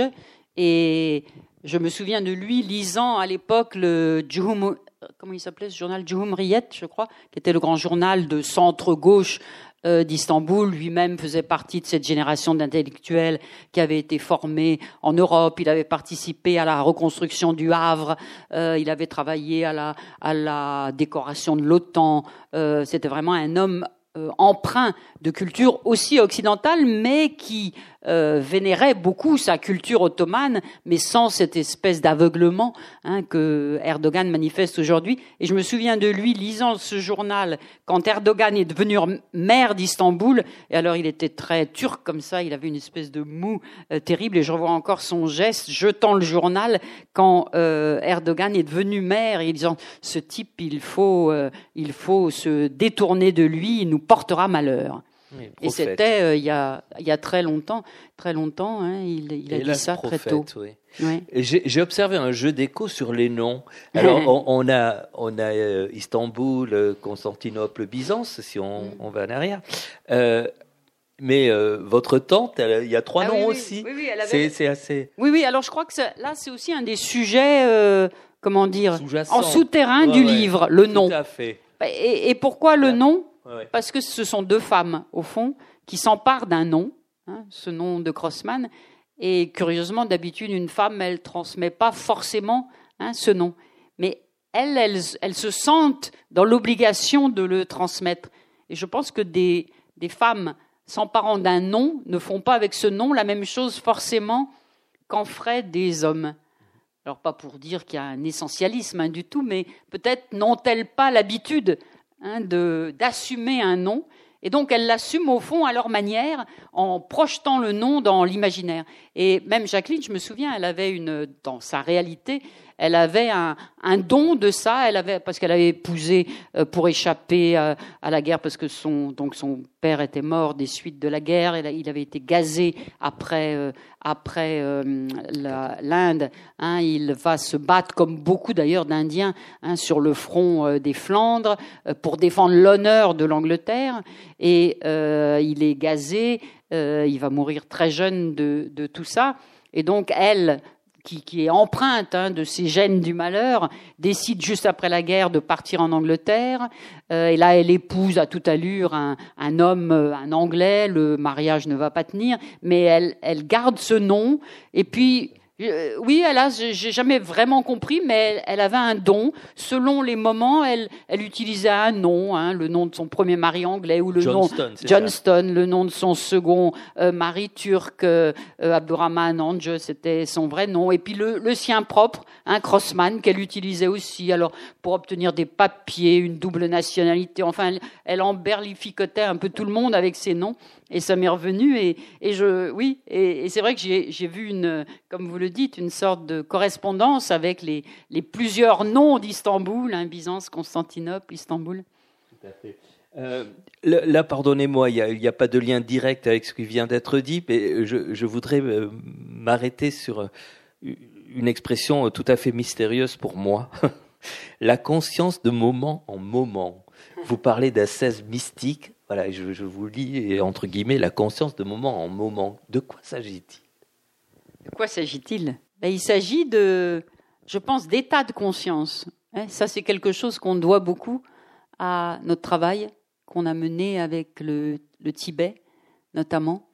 et je me souviens de lui lisant à l'époque le Cumhur- comment il s'appelait ce journal, Cumhuriyet, je crois, qui était le grand journal de centre-gauche euh, d'Istanbul. Lui-même faisait partie de cette génération d'intellectuels qui avait été formés en Europe. Il avait participé à la reconstruction du Havre. Euh, il avait travaillé à la, à la décoration de l'OTAN. Euh, c'était vraiment un homme euh, empreint de culture aussi occidentale, mais qui euh, vénérait beaucoup sa culture ottomane, mais sans cette espèce d'aveuglement, hein, que Erdogan manifeste aujourd'hui. Et je me souviens de lui lisant ce journal quand Erdogan est devenu maire d'Istanbul, et alors il était très turc comme ça, il avait une espèce de mou euh, terrible, et je revois encore son geste jetant le journal quand euh, Erdogan est devenu maire, et disant « ce type, il faut, euh, il faut se détourner de lui, il nous portera malheur ». Oui, Et prophète. c'était euh, il y a il y a très longtemps, très longtemps. Hein, il, il a Et dit là, ça prophète, très tôt. oui. Ouais. Et J'ai, j'ai observé un jeu d'écho sur les noms. Alors, on, on a, on a euh, Istanbul, euh, Constantinople, Byzance, si on, Mm. on va en arrière. Euh, mais euh, votre tante, elle, il y a trois Ah noms oui, oui, aussi. oui, oui, elle avait- C'est, c'est assez Oui, oui. Alors je crois que ça, là, c'est aussi un des sujets, euh, comment dire, sous-jacent. en souterrain Ouais, du ouais. livre, le Tout nom. à fait. Et, et pourquoi le Ouais. nom? Ouais, ouais. Parce que ce sont deux femmes, au fond, qui s'emparent d'un nom, hein, ce nom de Crossman. Et curieusement, d'habitude, une femme, elle transmet pas forcément hein, ce nom. Mais elles, elles, elles se sentent dans l'obligation de le transmettre. Et je pense que des, des femmes s'emparant d'un nom ne font pas avec ce nom la même chose forcément qu'en feraient des hommes. Alors pas pour dire qu'il y a un essentialisme hein, du tout, mais peut-être n'ont-elles pas l'habitude hein, de, d'assumer un nom, et donc elles l'assument au fond à leur manière, en projetant le nom dans l'imaginaire. Et même Jacqueline, je me souviens, elle avait une, dans sa réalité, elle avait un, un don de ça, elle avait, parce qu'elle avait épousé euh, pour échapper à, à la guerre, parce que son, donc son père était mort des suites de la guerre, et il avait été gazé après, euh, après euh, la, l'Inde. Hein, il va se battre, comme beaucoup d'ailleurs d'Indiens, hein, sur le front euh, des Flandres, euh, pour défendre l'honneur de l'Angleterre, et euh, il est gazé, euh, il va mourir très jeune de, de tout ça, et donc elle... Qui, qui est empreinte hein, de ces gènes du malheur, décide juste après la guerre de partir en Angleterre. Euh, et là, elle épouse à toute allure un, un homme, un Anglais. Le mariage ne va pas tenir, mais elle, elle garde ce nom. Et puis, Euh, oui, elle a, j'ai jamais vraiment compris, mais elle, elle avait un don. Selon les moments, elle, elle utilisait un nom, hein, le nom de son premier mari anglais ou le Johnston, nom Johnston, le nom de son second euh, mari turc, euh, Abdurrahman Ange, c'était son vrai nom. Et puis le, le sien propre, un Crossman, qu'elle utilisait aussi. Alors pour obtenir des papiers, une double nationalité, enfin, elle, elle emberlificotait un peu tout le monde avec ses noms. Et ça m'est revenu, et, et je, oui, et, et c'est vrai que j'ai, j'ai vu une, comme vous le dites, une sorte de correspondance avec les, les plusieurs noms d'Istanbul, hein, Byzance, Constantinople, Istanbul. Tout à fait. Euh, là, pardonnez-moi, il n'y a, a pas de lien direct avec ce qui vient d'être dit, mais je, je voudrais euh, m'arrêter sur une expression tout à fait mystérieuse pour moi. La conscience de moment en moment. Vous parlez d'ascèse mystique. Voilà, je, je vous lis, et entre guillemets, la conscience de moment en moment. De quoi s'agit-il ? De quoi s'agit-il ? Ben, il s'agit de, je pense, d'état de conscience. Hein, ça, c'est quelque chose qu'on doit beaucoup à notre travail qu'on a mené avec le, le Tibet, notamment.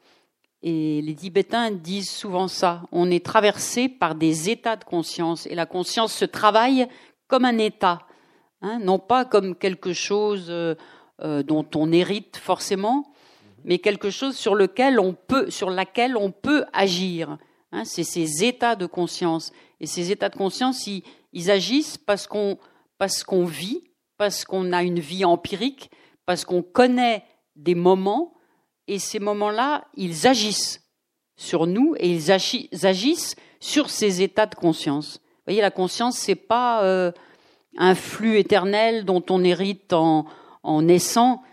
Et les Tibétains disent souvent ça. On est traversé par des états de conscience. Et la conscience se travaille comme un état, hein, non pas comme quelque chose... Euh, Euh, dont on hérite forcément, mais quelque chose sur lequel on peut, sur laquelle on peut agir. Hein, c'est ces états de conscience. Et ces états de conscience, ils, ils agissent parce qu'on, parce qu'on vit, parce qu'on a une vie empirique, parce qu'on connaît des moments, et ces moments-là, ils agissent sur nous et ils agissent sur ces états de conscience. Vous voyez, la conscience, c'est pas euh, un flux éternel dont on hérite en en naissant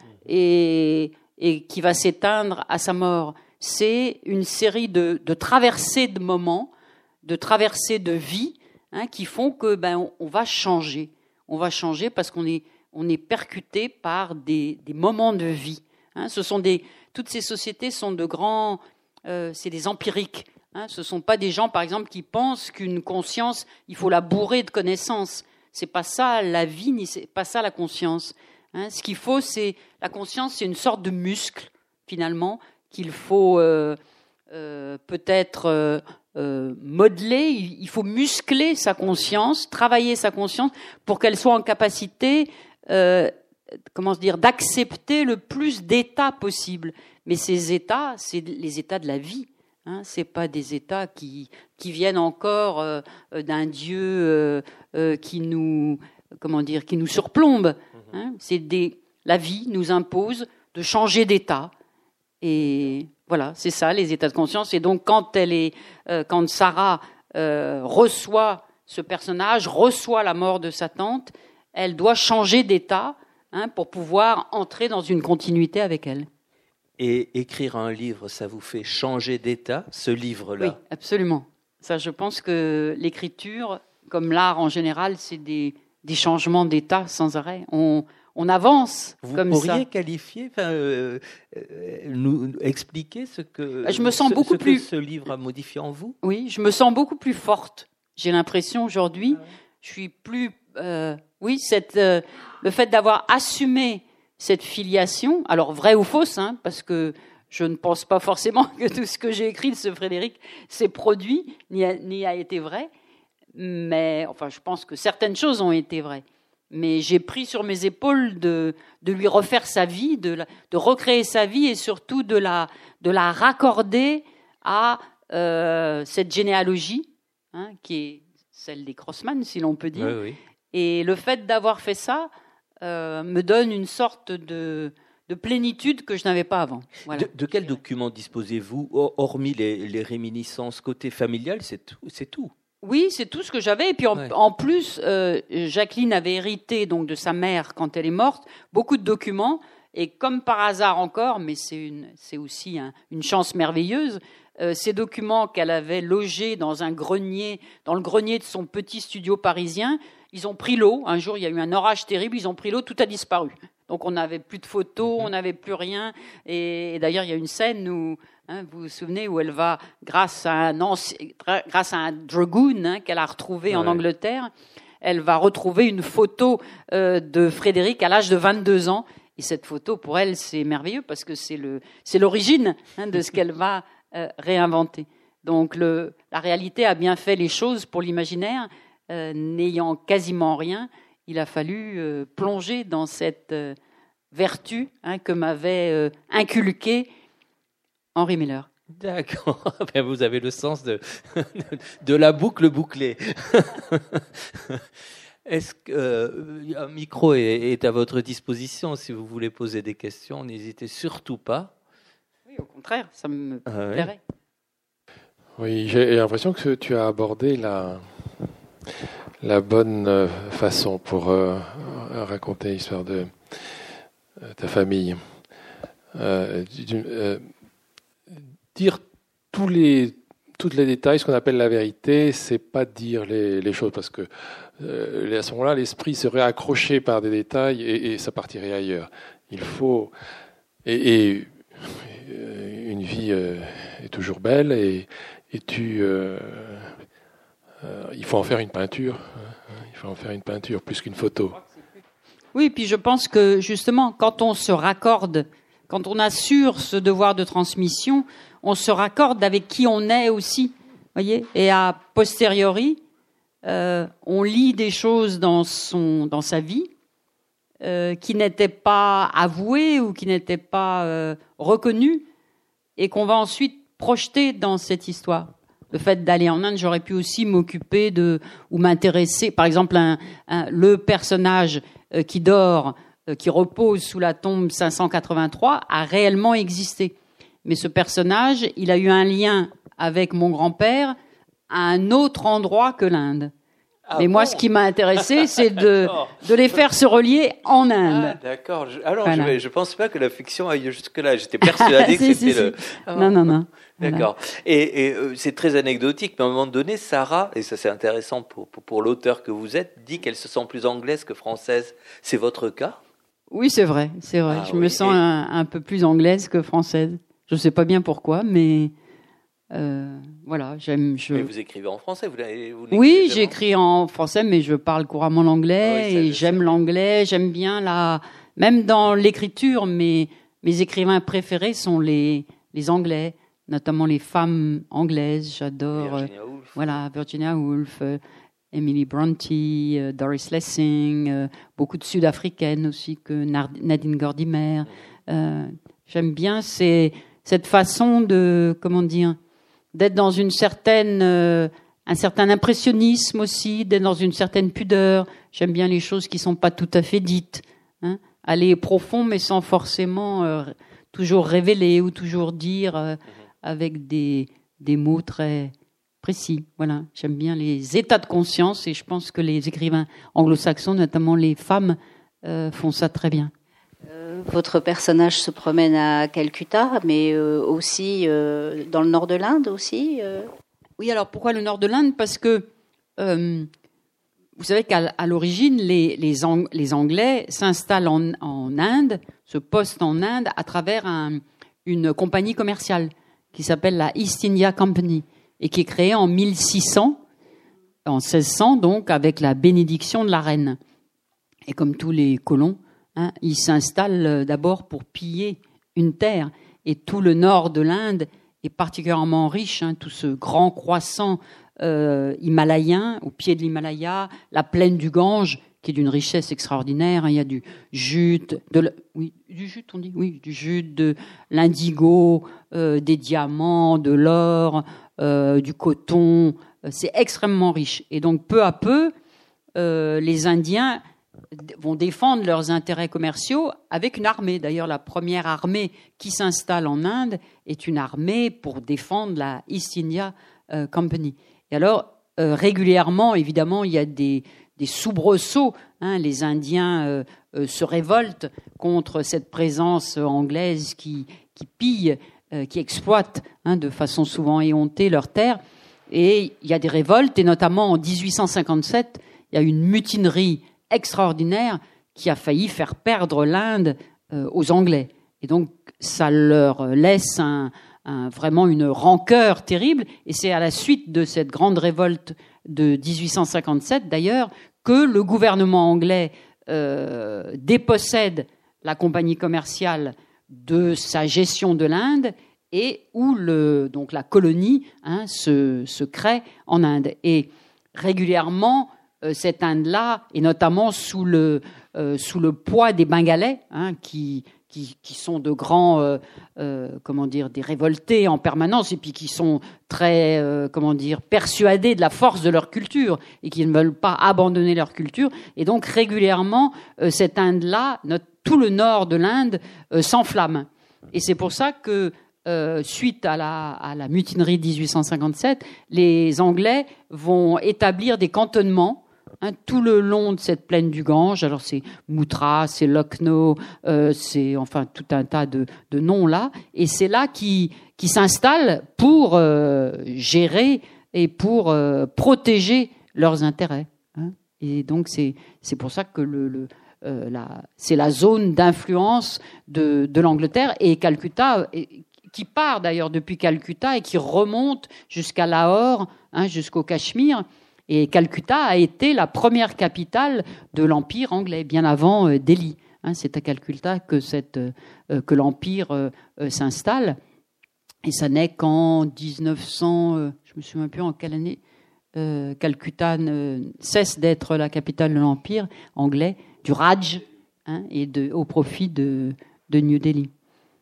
et, et qui va s'éteindre à sa mort. C'est une série de, de traversées de moments, de traversées de vie, hein, qui font que ben on, on va changer. On va changer parce qu'on est on est percuté par des, des moments de vie. Hein. Ce sont des toutes ces sociétés sont de grands, euh, c'est des empiriques. Hein. Ce sont pas des gens, par exemple, qui pensent qu'une conscience, il faut la bourrer de connaissances. C'est pas ça la vie, ni c'est pas ça la conscience. Hein, ce qu'il faut, c'est la conscience, c'est une sorte de muscle finalement qu'il faut euh, euh, peut-être euh, euh, modeler. Il faut muscler sa conscience, travailler sa conscience pour qu'elle soit en capacité, euh, comment se dire, d'accepter le plus d'états possible. Mais ces états, c'est les états de la vie. Hein, c'est pas des états qui qui viennent encore euh, d'un Dieu euh, euh, qui nous comment dire, qui nous surplombe. Hein, c'est des, la vie nous impose de changer d'état. Et voilà, c'est ça, les états de conscience. Et donc, quand elle est, euh, quand Sarah euh, reçoit ce personnage, reçoit la mort de sa tante, elle doit changer d'état, hein, pour pouvoir entrer dans une continuité avec elle. Et écrire un livre, ça vous fait changer d'état, ce livre-là ? Oui, absolument. Ça, je pense que l'écriture, comme l'art en général, c'est des des changements d'état sans arrêt. On, on avance Vous comme ça. Vous pourriez qualifier, enfin, euh, euh, nous expliquer ce que, je me sens ce, beaucoup ce plus... que ce livre a modifié en vous ? Oui, je me sens beaucoup plus forte. J'ai l'impression aujourd'hui, ah ouais. je suis plus... Euh, oui, cette, euh, le fait d'avoir assumé cette filiation, alors vraie ou fausse, hein, parce que je ne pense pas forcément que tout ce que j'ai écrit de ce Frédéric s'est produit, ni a, ni a été vrai. Mais enfin, je pense que certaines choses ont été vraies. Mais j'ai pris sur mes épaules de, de lui refaire sa vie, de, la, de recréer sa vie et surtout de la, de la raccorder à euh, cette généalogie, hein, qui est celle des Crossman, si l'on peut dire. Oui, oui. Et le fait d'avoir fait ça euh, me donne une sorte de, de plénitude que je n'avais pas avant. Voilà. De, de quels documents disposez-vous, hormis les, les réminiscences côté familial, c'est tout, c'est tout. Oui, c'est tout ce que j'avais. Et puis en, ouais. en plus, euh, Jacqueline avait hérité donc de sa mère quand elle est morte beaucoup de documents. Et comme par hasard encore, mais c'est, une, c'est aussi un, une chance merveilleuse, euh, ces documents qu'elle avait logés dans un grenier, dans le grenier de son petit studio parisien, ils ont pris l'eau. Un jour, il y a eu un orage terrible, ils ont pris l'eau, tout a disparu. Donc on n'avait plus de photos, on n'avait plus rien. Et, et d'ailleurs, il y a une scène où... Hein, vous vous souvenez, où elle va, grâce à un, ancien, grâce à un dragoon, hein, qu'elle a retrouvé ouais. en Angleterre, elle va retrouver une photo euh, de Frédéric à l'âge de vingt-deux ans. Et cette photo, pour elle, c'est merveilleux parce que c'est, le, c'est l'origine, hein, de ce qu'elle va euh, réinventer. Donc le, la réalité a bien fait les choses pour l'imaginaire, euh, n'ayant quasiment rien. Il a fallu euh, plonger dans cette euh, vertu hein, que m'avait euh, inculqué Henri Miller. D'accord, ben, vous avez le sens de, de la boucle bouclée. Est-ce que euh, un micro est, est à votre disposition si vous voulez poser des questions, n'hésitez surtout pas. Oui, au contraire, ça me ah, plairait. Oui, j'ai l'impression que tu as abordé la, la bonne façon pour euh, raconter l'histoire de euh, ta famille. Euh, du, euh, dire tous les tous les détails, ce qu'on appelle la vérité, c'est pas dire les, les choses, parce que euh, à ce moment-là, l'esprit serait accroché par des détails et, et ça partirait ailleurs. Il faut et, et une vie euh, est toujours belle et, et tu euh, euh, il faut en faire une peinture. Hein, il faut en faire une peinture plus qu'une photo. Oui, puis je pense que justement, quand on se raccorde, quand on assure ce devoir de transmission, on se raccorde avec qui on est aussi, voyez. Et a posteriori, euh, on lit des choses dans son, dans sa vie euh, qui n'étaient pas avouées ou qui n'étaient pas euh, reconnues, et qu'on va ensuite projeter dans cette histoire. Le fait d'aller en Inde, j'aurais pu aussi m'occuper de ou m'intéresser, par exemple, un, un, le personnage euh, qui dort, euh, qui repose sous la tombe cinq cent quatre-vingt-trois, a réellement existé. Mais ce personnage, il a eu un lien avec mon grand-père à un autre endroit que l'Inde. Ah Mais bon moi, ce qui m'a intéressé, c'est de, de les faire se relier en Inde. Ah, d'accord. Je, alors, voilà. je ne pense pas que la fiction aille jusque-là. J'étais persuadé que si, c'était si, le... Si. Ah, non, non, non. D'accord. Voilà. Et, et euh, c'est très anecdotique, mais à un moment donné, Sarah, et ça c'est intéressant pour, pour, pour l'auteur que vous êtes, dit qu'elle se sent plus anglaise que française. C'est votre cas ? Oui, c'est vrai. C'est vrai. Ah, je oui. me sens et... un, un peu plus anglaise que française. Je ne sais pas bien pourquoi, mais... Euh, voilà, j'aime. Je... Mais vous écrivez en français, vous, vous Oui, j'écris en français, mais je parle couramment l'anglais, oui, ça, et j'aime l'anglais. J'aime bien la, même dans l'écriture, mes mes écrivains préférés sont les les Anglais, notamment les femmes anglaises. J'adore. Virginia Woolf. Euh, voilà, Virginia Woolf, euh, Emily Bronte, euh, Doris Lessing, euh, beaucoup de Sud-Africaines aussi que Nadine Gordimer. Euh, j'aime bien ces, cette façon de, comment dire, d'être dans une certaine, euh, un certain impressionnisme aussi, d'être dans une certaine pudeur. J'aime bien les choses qui sont pas tout à fait dites. Hein. Aller profond, mais sans forcément euh, toujours révéler ou toujours dire euh, avec des, des mots très précis. Voilà. J'aime bien les états de conscience, et je pense que les écrivains anglo-saxons, notamment les femmes, euh, font ça très bien. Euh, votre personnage se promène à Calcutta, mais euh, aussi euh, dans le nord de l'Inde aussi. Euh... Oui, alors pourquoi le nord de l'Inde ? Parce que euh, vous savez qu'à à l'origine, les, les, Ang- les Anglais s'installent en, en Inde, se postent en Inde à travers un, une compagnie commerciale qui s'appelle la East India Company et qui est créée en mille six cents, en seize cents donc, avec la bénédiction de la reine. Et comme tous les colons, hein, ils s'installent d'abord pour piller une terre, et tout le nord de l'Inde est particulièrement riche, hein, tout ce grand croissant euh, himalayen, au pied de l'Himalaya, la plaine du Gange, qui est d'une richesse extraordinaire. Hein, il y a du jute, de la, oui, du jute, on dit, oui, du jute, de l'indigo, euh, des diamants, de l'or, euh, du coton. C'est extrêmement riche. Et donc, peu à peu, euh, les Indiens vont défendre leurs intérêts commerciaux avec une armée. D'ailleurs, la première armée qui s'installe en Inde est une armée pour défendre la East India euh, Company. Et alors, euh, régulièrement, évidemment, il y a des, des soubresauts. Hein, les Indiens euh, euh, se révoltent contre cette présence anglaise qui, qui pille, euh, qui exploite hein, de façon souvent éhontée leurs terres. Et il y a des révoltes, et notamment en dix-huit cent cinquante-sept, il y a une mutinerie extraordinaire qui a failli faire perdre l'Inde euh, aux Anglais. Et donc, ça leur laisse un, un, vraiment une rancœur terrible. Et c'est à la suite de cette grande révolte de dix-huit cent cinquante-sept, d'ailleurs, que le gouvernement anglais euh, dépossède la compagnie commerciale de sa gestion de l'Inde et où le, donc la colonie hein, se, se crée en Inde. Et régulièrement, euh, cette Inde-là, et notamment sous le, euh, sous le poids des Bengalais, hein, qui, qui, qui sont de grands, euh, euh, comment dire, des révoltés en permanence, et puis qui sont très, euh, comment dire, persuadés de la force de leur culture, et qui ne veulent pas abandonner leur culture. Et donc, régulièrement, euh, cette Inde-là, notre, tout le nord de l'Inde, euh, s'enflamme. Et c'est pour ça que, Euh, suite à la, à la mutinerie de dix-huit cent cinquante-sept, les Anglais vont établir des cantonnements hein, tout le long de cette plaine du Gange. Alors c'est Muttra, c'est Lucknow, euh, c'est enfin tout un tas de, de noms là. Et c'est là qu'ils qui s'installent pour euh, gérer et pour euh, protéger leurs intérêts. Hein. Et donc c'est c'est pour ça que le, le euh, la, c'est la zone d'influence de, de l'Angleterre et Calcutta. Et, qui part d'ailleurs depuis Calcutta et qui remonte jusqu'à Lahore, hein, jusqu'au Cachemire. Et Calcutta a été la première capitale de l'Empire anglais, bien avant euh, Delhi. Hein, c'est à Calcutta que, cette, euh, que l'Empire euh, euh, s'installe. Et ça n'est qu'en dix-neuf cents, euh, je me souviens plus en quelle année, euh, Calcutta ne cesse d'être la capitale de l'Empire anglais, du Raj, hein, et de, au profit de, de New Delhi.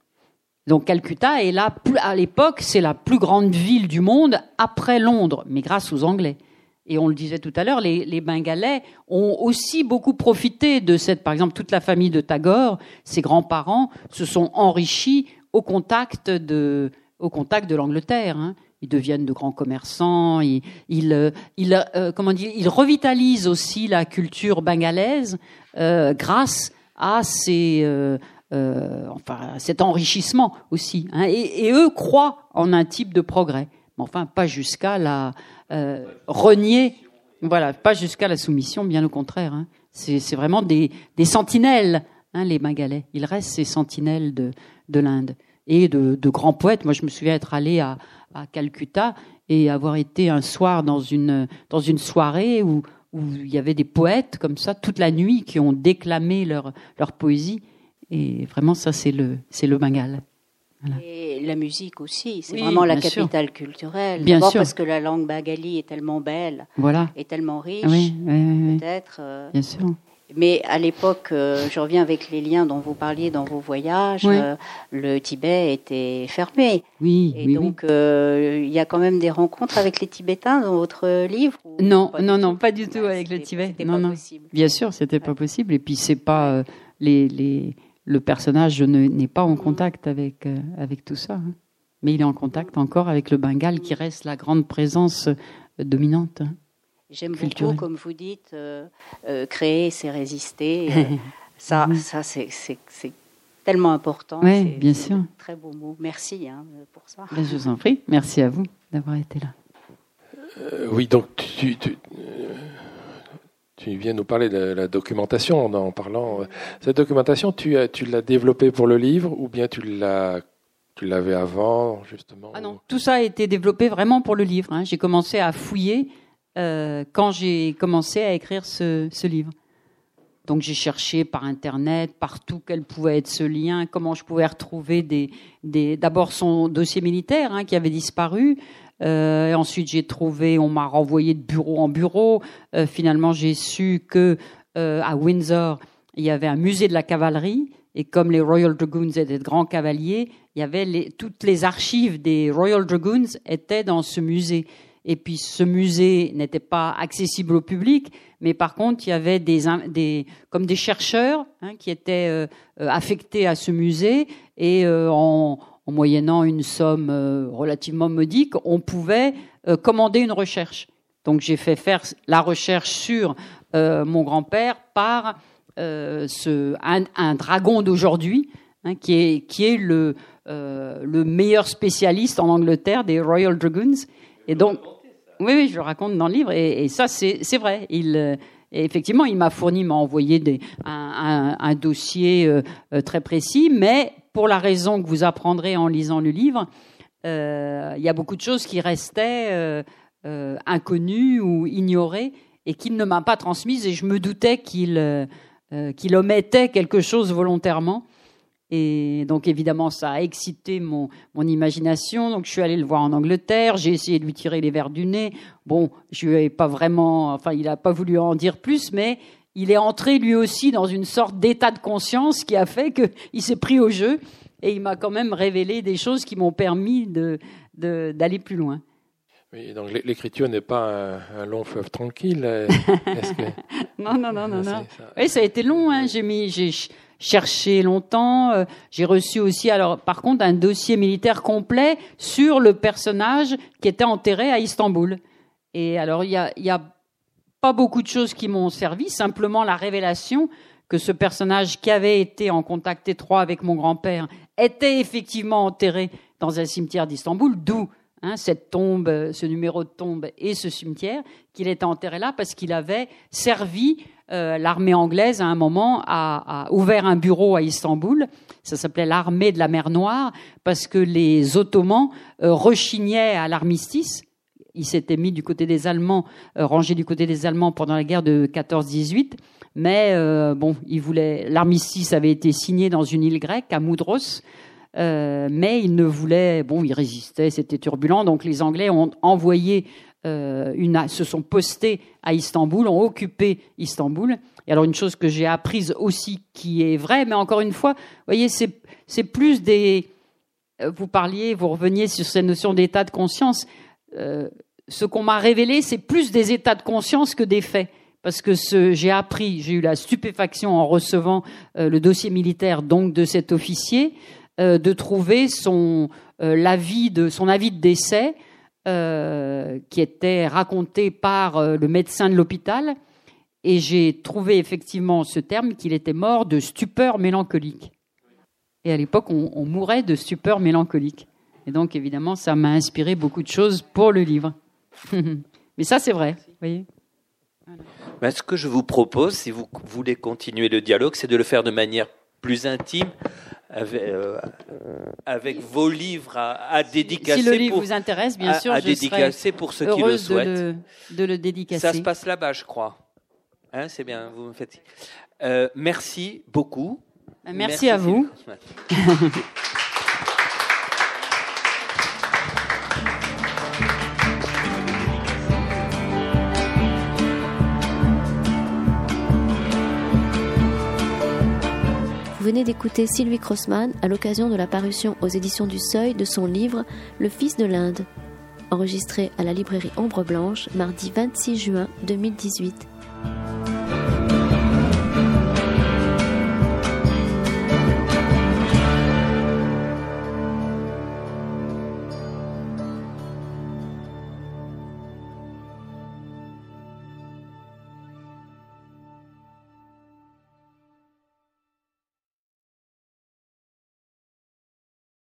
Donc Calcutta est là, à l'époque, c'est la plus grande ville du monde après Londres, mais grâce aux Anglais. Et on le disait tout à l'heure, les, les Bengalais ont aussi beaucoup profité de cette, par exemple, toute la famille de Tagore, ses grands-parents se sont enrichis au contact de, au contact de l'Angleterre. Hein. Ils deviennent de grands commerçants, ils, ils, ils, euh, comment dire, ils revitalisent aussi la culture bengalaise euh, grâce à ces euh, Euh, enfin, cet enrichissement aussi. Hein, et, et eux croient en un type de progrès. Mais enfin, pas jusqu'à la euh, renier, voilà, pas jusqu'à la soumission, bien au contraire. Hein. C'est, c'est vraiment des, des sentinelles, hein, les Bengalais. Ils restent ces sentinelles de, de l'Inde. Et de, de grands poètes. Moi, je me souviens être allé à, à Calcutta et avoir été un soir dans une, dans une soirée où, où il y avait des poètes comme ça, toute la nuit, qui ont déclamé leur, leur poésie. Et vraiment, ça, c'est le, c'est le Bengale. Voilà. Et la musique aussi, c'est oui, vraiment la sûr. capitale culturelle. Bien D'abord sûr. parce que la langue bengali est tellement belle, voilà. est tellement riche, oui, oui, oui, peut-être. Euh, bien sûr. Mais à l'époque, euh, je reviens avec les liens dont vous parliez dans vos voyages, oui. euh, le Tibet était fermé. Oui, Et oui, donc, oui. Euh, il y a quand même des rencontres avec les Tibétains dans votre livre ou Non, pas non, du non, tout pas du tout Ouais, avec le Tibet. C'était non, pas non. possible. Bien sûr, c'était pas possible. Et puis, c'est pas euh, les, les, le personnage ne, n'est pas en contact avec, euh, avec tout ça. Hein. Mais il est en contact encore avec le Bengale, qui reste la grande présence euh, dominante. Hein. J'aime culturelle. beaucoup, comme vous dites, euh, euh, créer, c'est résister. Euh, ça, Mhm. ça c'est, c'est, c'est tellement important. Ouais, c'est, bien c'est sûr. un très beau mot. Merci hein, pour ça. Ben, je vous en prie. Merci à vous d'avoir été là. Euh, oui, donc tu, tu, euh, tu viens nous parler de la documentation en en parlant. Cette documentation, tu, as, tu l'as développée pour le livre ou bien tu, l'as, tu l'avais avant, justement Ah non, tout ça a été développé vraiment pour le livre. Hein. J'ai commencé à fouiller euh, quand j'ai commencé à écrire ce, ce livre. Donc j'ai cherché par Internet, partout quel pouvait être ce lien, comment je pouvais retrouver des, des d'abord son dossier militaire hein, qui avait disparu. Euh, et ensuite j'ai trouvé, on m'a renvoyé de bureau en bureau. Euh, finalement j'ai su que euh, à Windsor il y avait un musée de la cavalerie et comme les Royal Dragoons étaient de grands cavaliers, il y avait les, toutes les archives des Royal Dragoons étaient dans ce musée. Et puis ce musée n'était pas accessible au public, mais par contre il y avait des, des comme des chercheurs hein, qui étaient euh, affectés à ce musée et euh, en, en moyennant une somme euh, relativement modique, on pouvait euh, commander une recherche. Donc j'ai fait faire la recherche sur euh, mon grand-père par euh, ce un, un dragon d'aujourd'hui hein, qui est qui est le euh, le meilleur spécialiste en Angleterre des Royal Dragoons. Et donc, oui, oui, je le raconte dans le livre, et, et ça, c'est, c'est vrai. Il, euh, effectivement, il m'a fourni, il m'a envoyé des, un, un, un dossier euh, euh, très précis, mais pour la raison que vous apprendrez en lisant le livre, euh, il y a beaucoup de choses qui restaient euh, euh, inconnues ou ignorées et qu'il ne m'a pas transmises, et je me doutais qu'il, euh, qu'il omettait quelque chose volontairement. Et donc, évidemment, ça a excité mon, mon imagination. Donc, je suis allée le voir en Angleterre. J'ai essayé de lui tirer les vers du nez. Bon, je lui ai pas vraiment... Enfin, il n'a pas voulu en dire plus, mais il est entré, lui aussi, dans une sorte d'état de conscience qui a fait qu'il s'est pris au jeu. Et il m'a quand même révélé des choses qui m'ont permis de, de, d'aller plus loin. Oui, donc l'écriture n'est pas un, un long fleuve tranquille. Est-ce que... Non, non, non, non, non. Ça. Oui, ça a été long. Hein. J'ai mis... J'ai, cherché longtemps. Euh, j'ai reçu aussi, alors par contre, un dossier militaire complet sur le personnage qui était enterré à Istanbul. Et alors, il y a, y a pas beaucoup de choses qui m'ont servi, simplement la révélation que ce personnage qui avait été en contact étroit avec mon grand-père était effectivement enterré dans un cimetière d'Istanbul, d'où hein, cette tombe, ce numéro de tombe et ce cimetière, qu'il était enterré là parce qu'il avait servi Euh, l'armée anglaise, à un moment, a, a ouvert un bureau à Istanbul. Ça s'appelait l'armée de la mer Noire, parce que les Ottomans euh, rechignaient à l'armistice. Ils s'étaient mis du côté des Allemands, euh, rangés du côté des Allemands pendant la guerre de quatorze dix-huit. Mais euh, bon, ils voulaient. L'armistice avait été signé dans une île grecque, à Moudros. Euh, mais ils ne voulaient. Bon, ils résistaient, c'était turbulent. Donc les Anglais ont envoyé. Euh, une, se sont postés à Istanbul, ont occupé Istanbul. Et alors une chose que j'ai apprise aussi qui est vraie, mais encore une fois, vous voyez, c'est, c'est plus des... Vous parliez, vous reveniez sur cette notion d'état de conscience. Euh, ce qu'on m'a révélé, c'est plus des états de conscience que des faits. Parce que ce, j'ai appris, j'ai eu la stupéfaction en recevant euh, le dossier militaire donc de cet officier, euh, de trouver son, euh, l'avis de, son avis de décès, Euh, qui était raconté par euh, le médecin de l'hôpital, et j'ai trouvé effectivement ce terme, qu'il était mort de stupeur mélancolique. Et à l'époque, on, on mourait de stupeur mélancolique. Et donc, évidemment, ça m'a inspiré beaucoup de choses pour le livre. Mais ça, c'est vrai, vous voyez. Voilà. Ben, ce que je vous propose, si vous voulez continuer le dialogue, c'est de le faire de manière plus intime, avec, euh, avec vos livres à, à dédicacer. Si le livre pour, vous intéresse, bien à, sûr, à je dédicacer pour ceux qui le souhaitent. De le, de le dédicacer. Ça se passe là-bas, je crois. Hein, c'est bien, vous me faites. Euh, merci beaucoup. Merci, merci à vous. Vous venez d'écouter Sylvie Crossman à l'occasion de la parution aux éditions du Seuil de son livre « Le Fils de l'Inde », enregistré à la librairie Ombre Blanche mardi vingt-six juin deux mille dix-huit.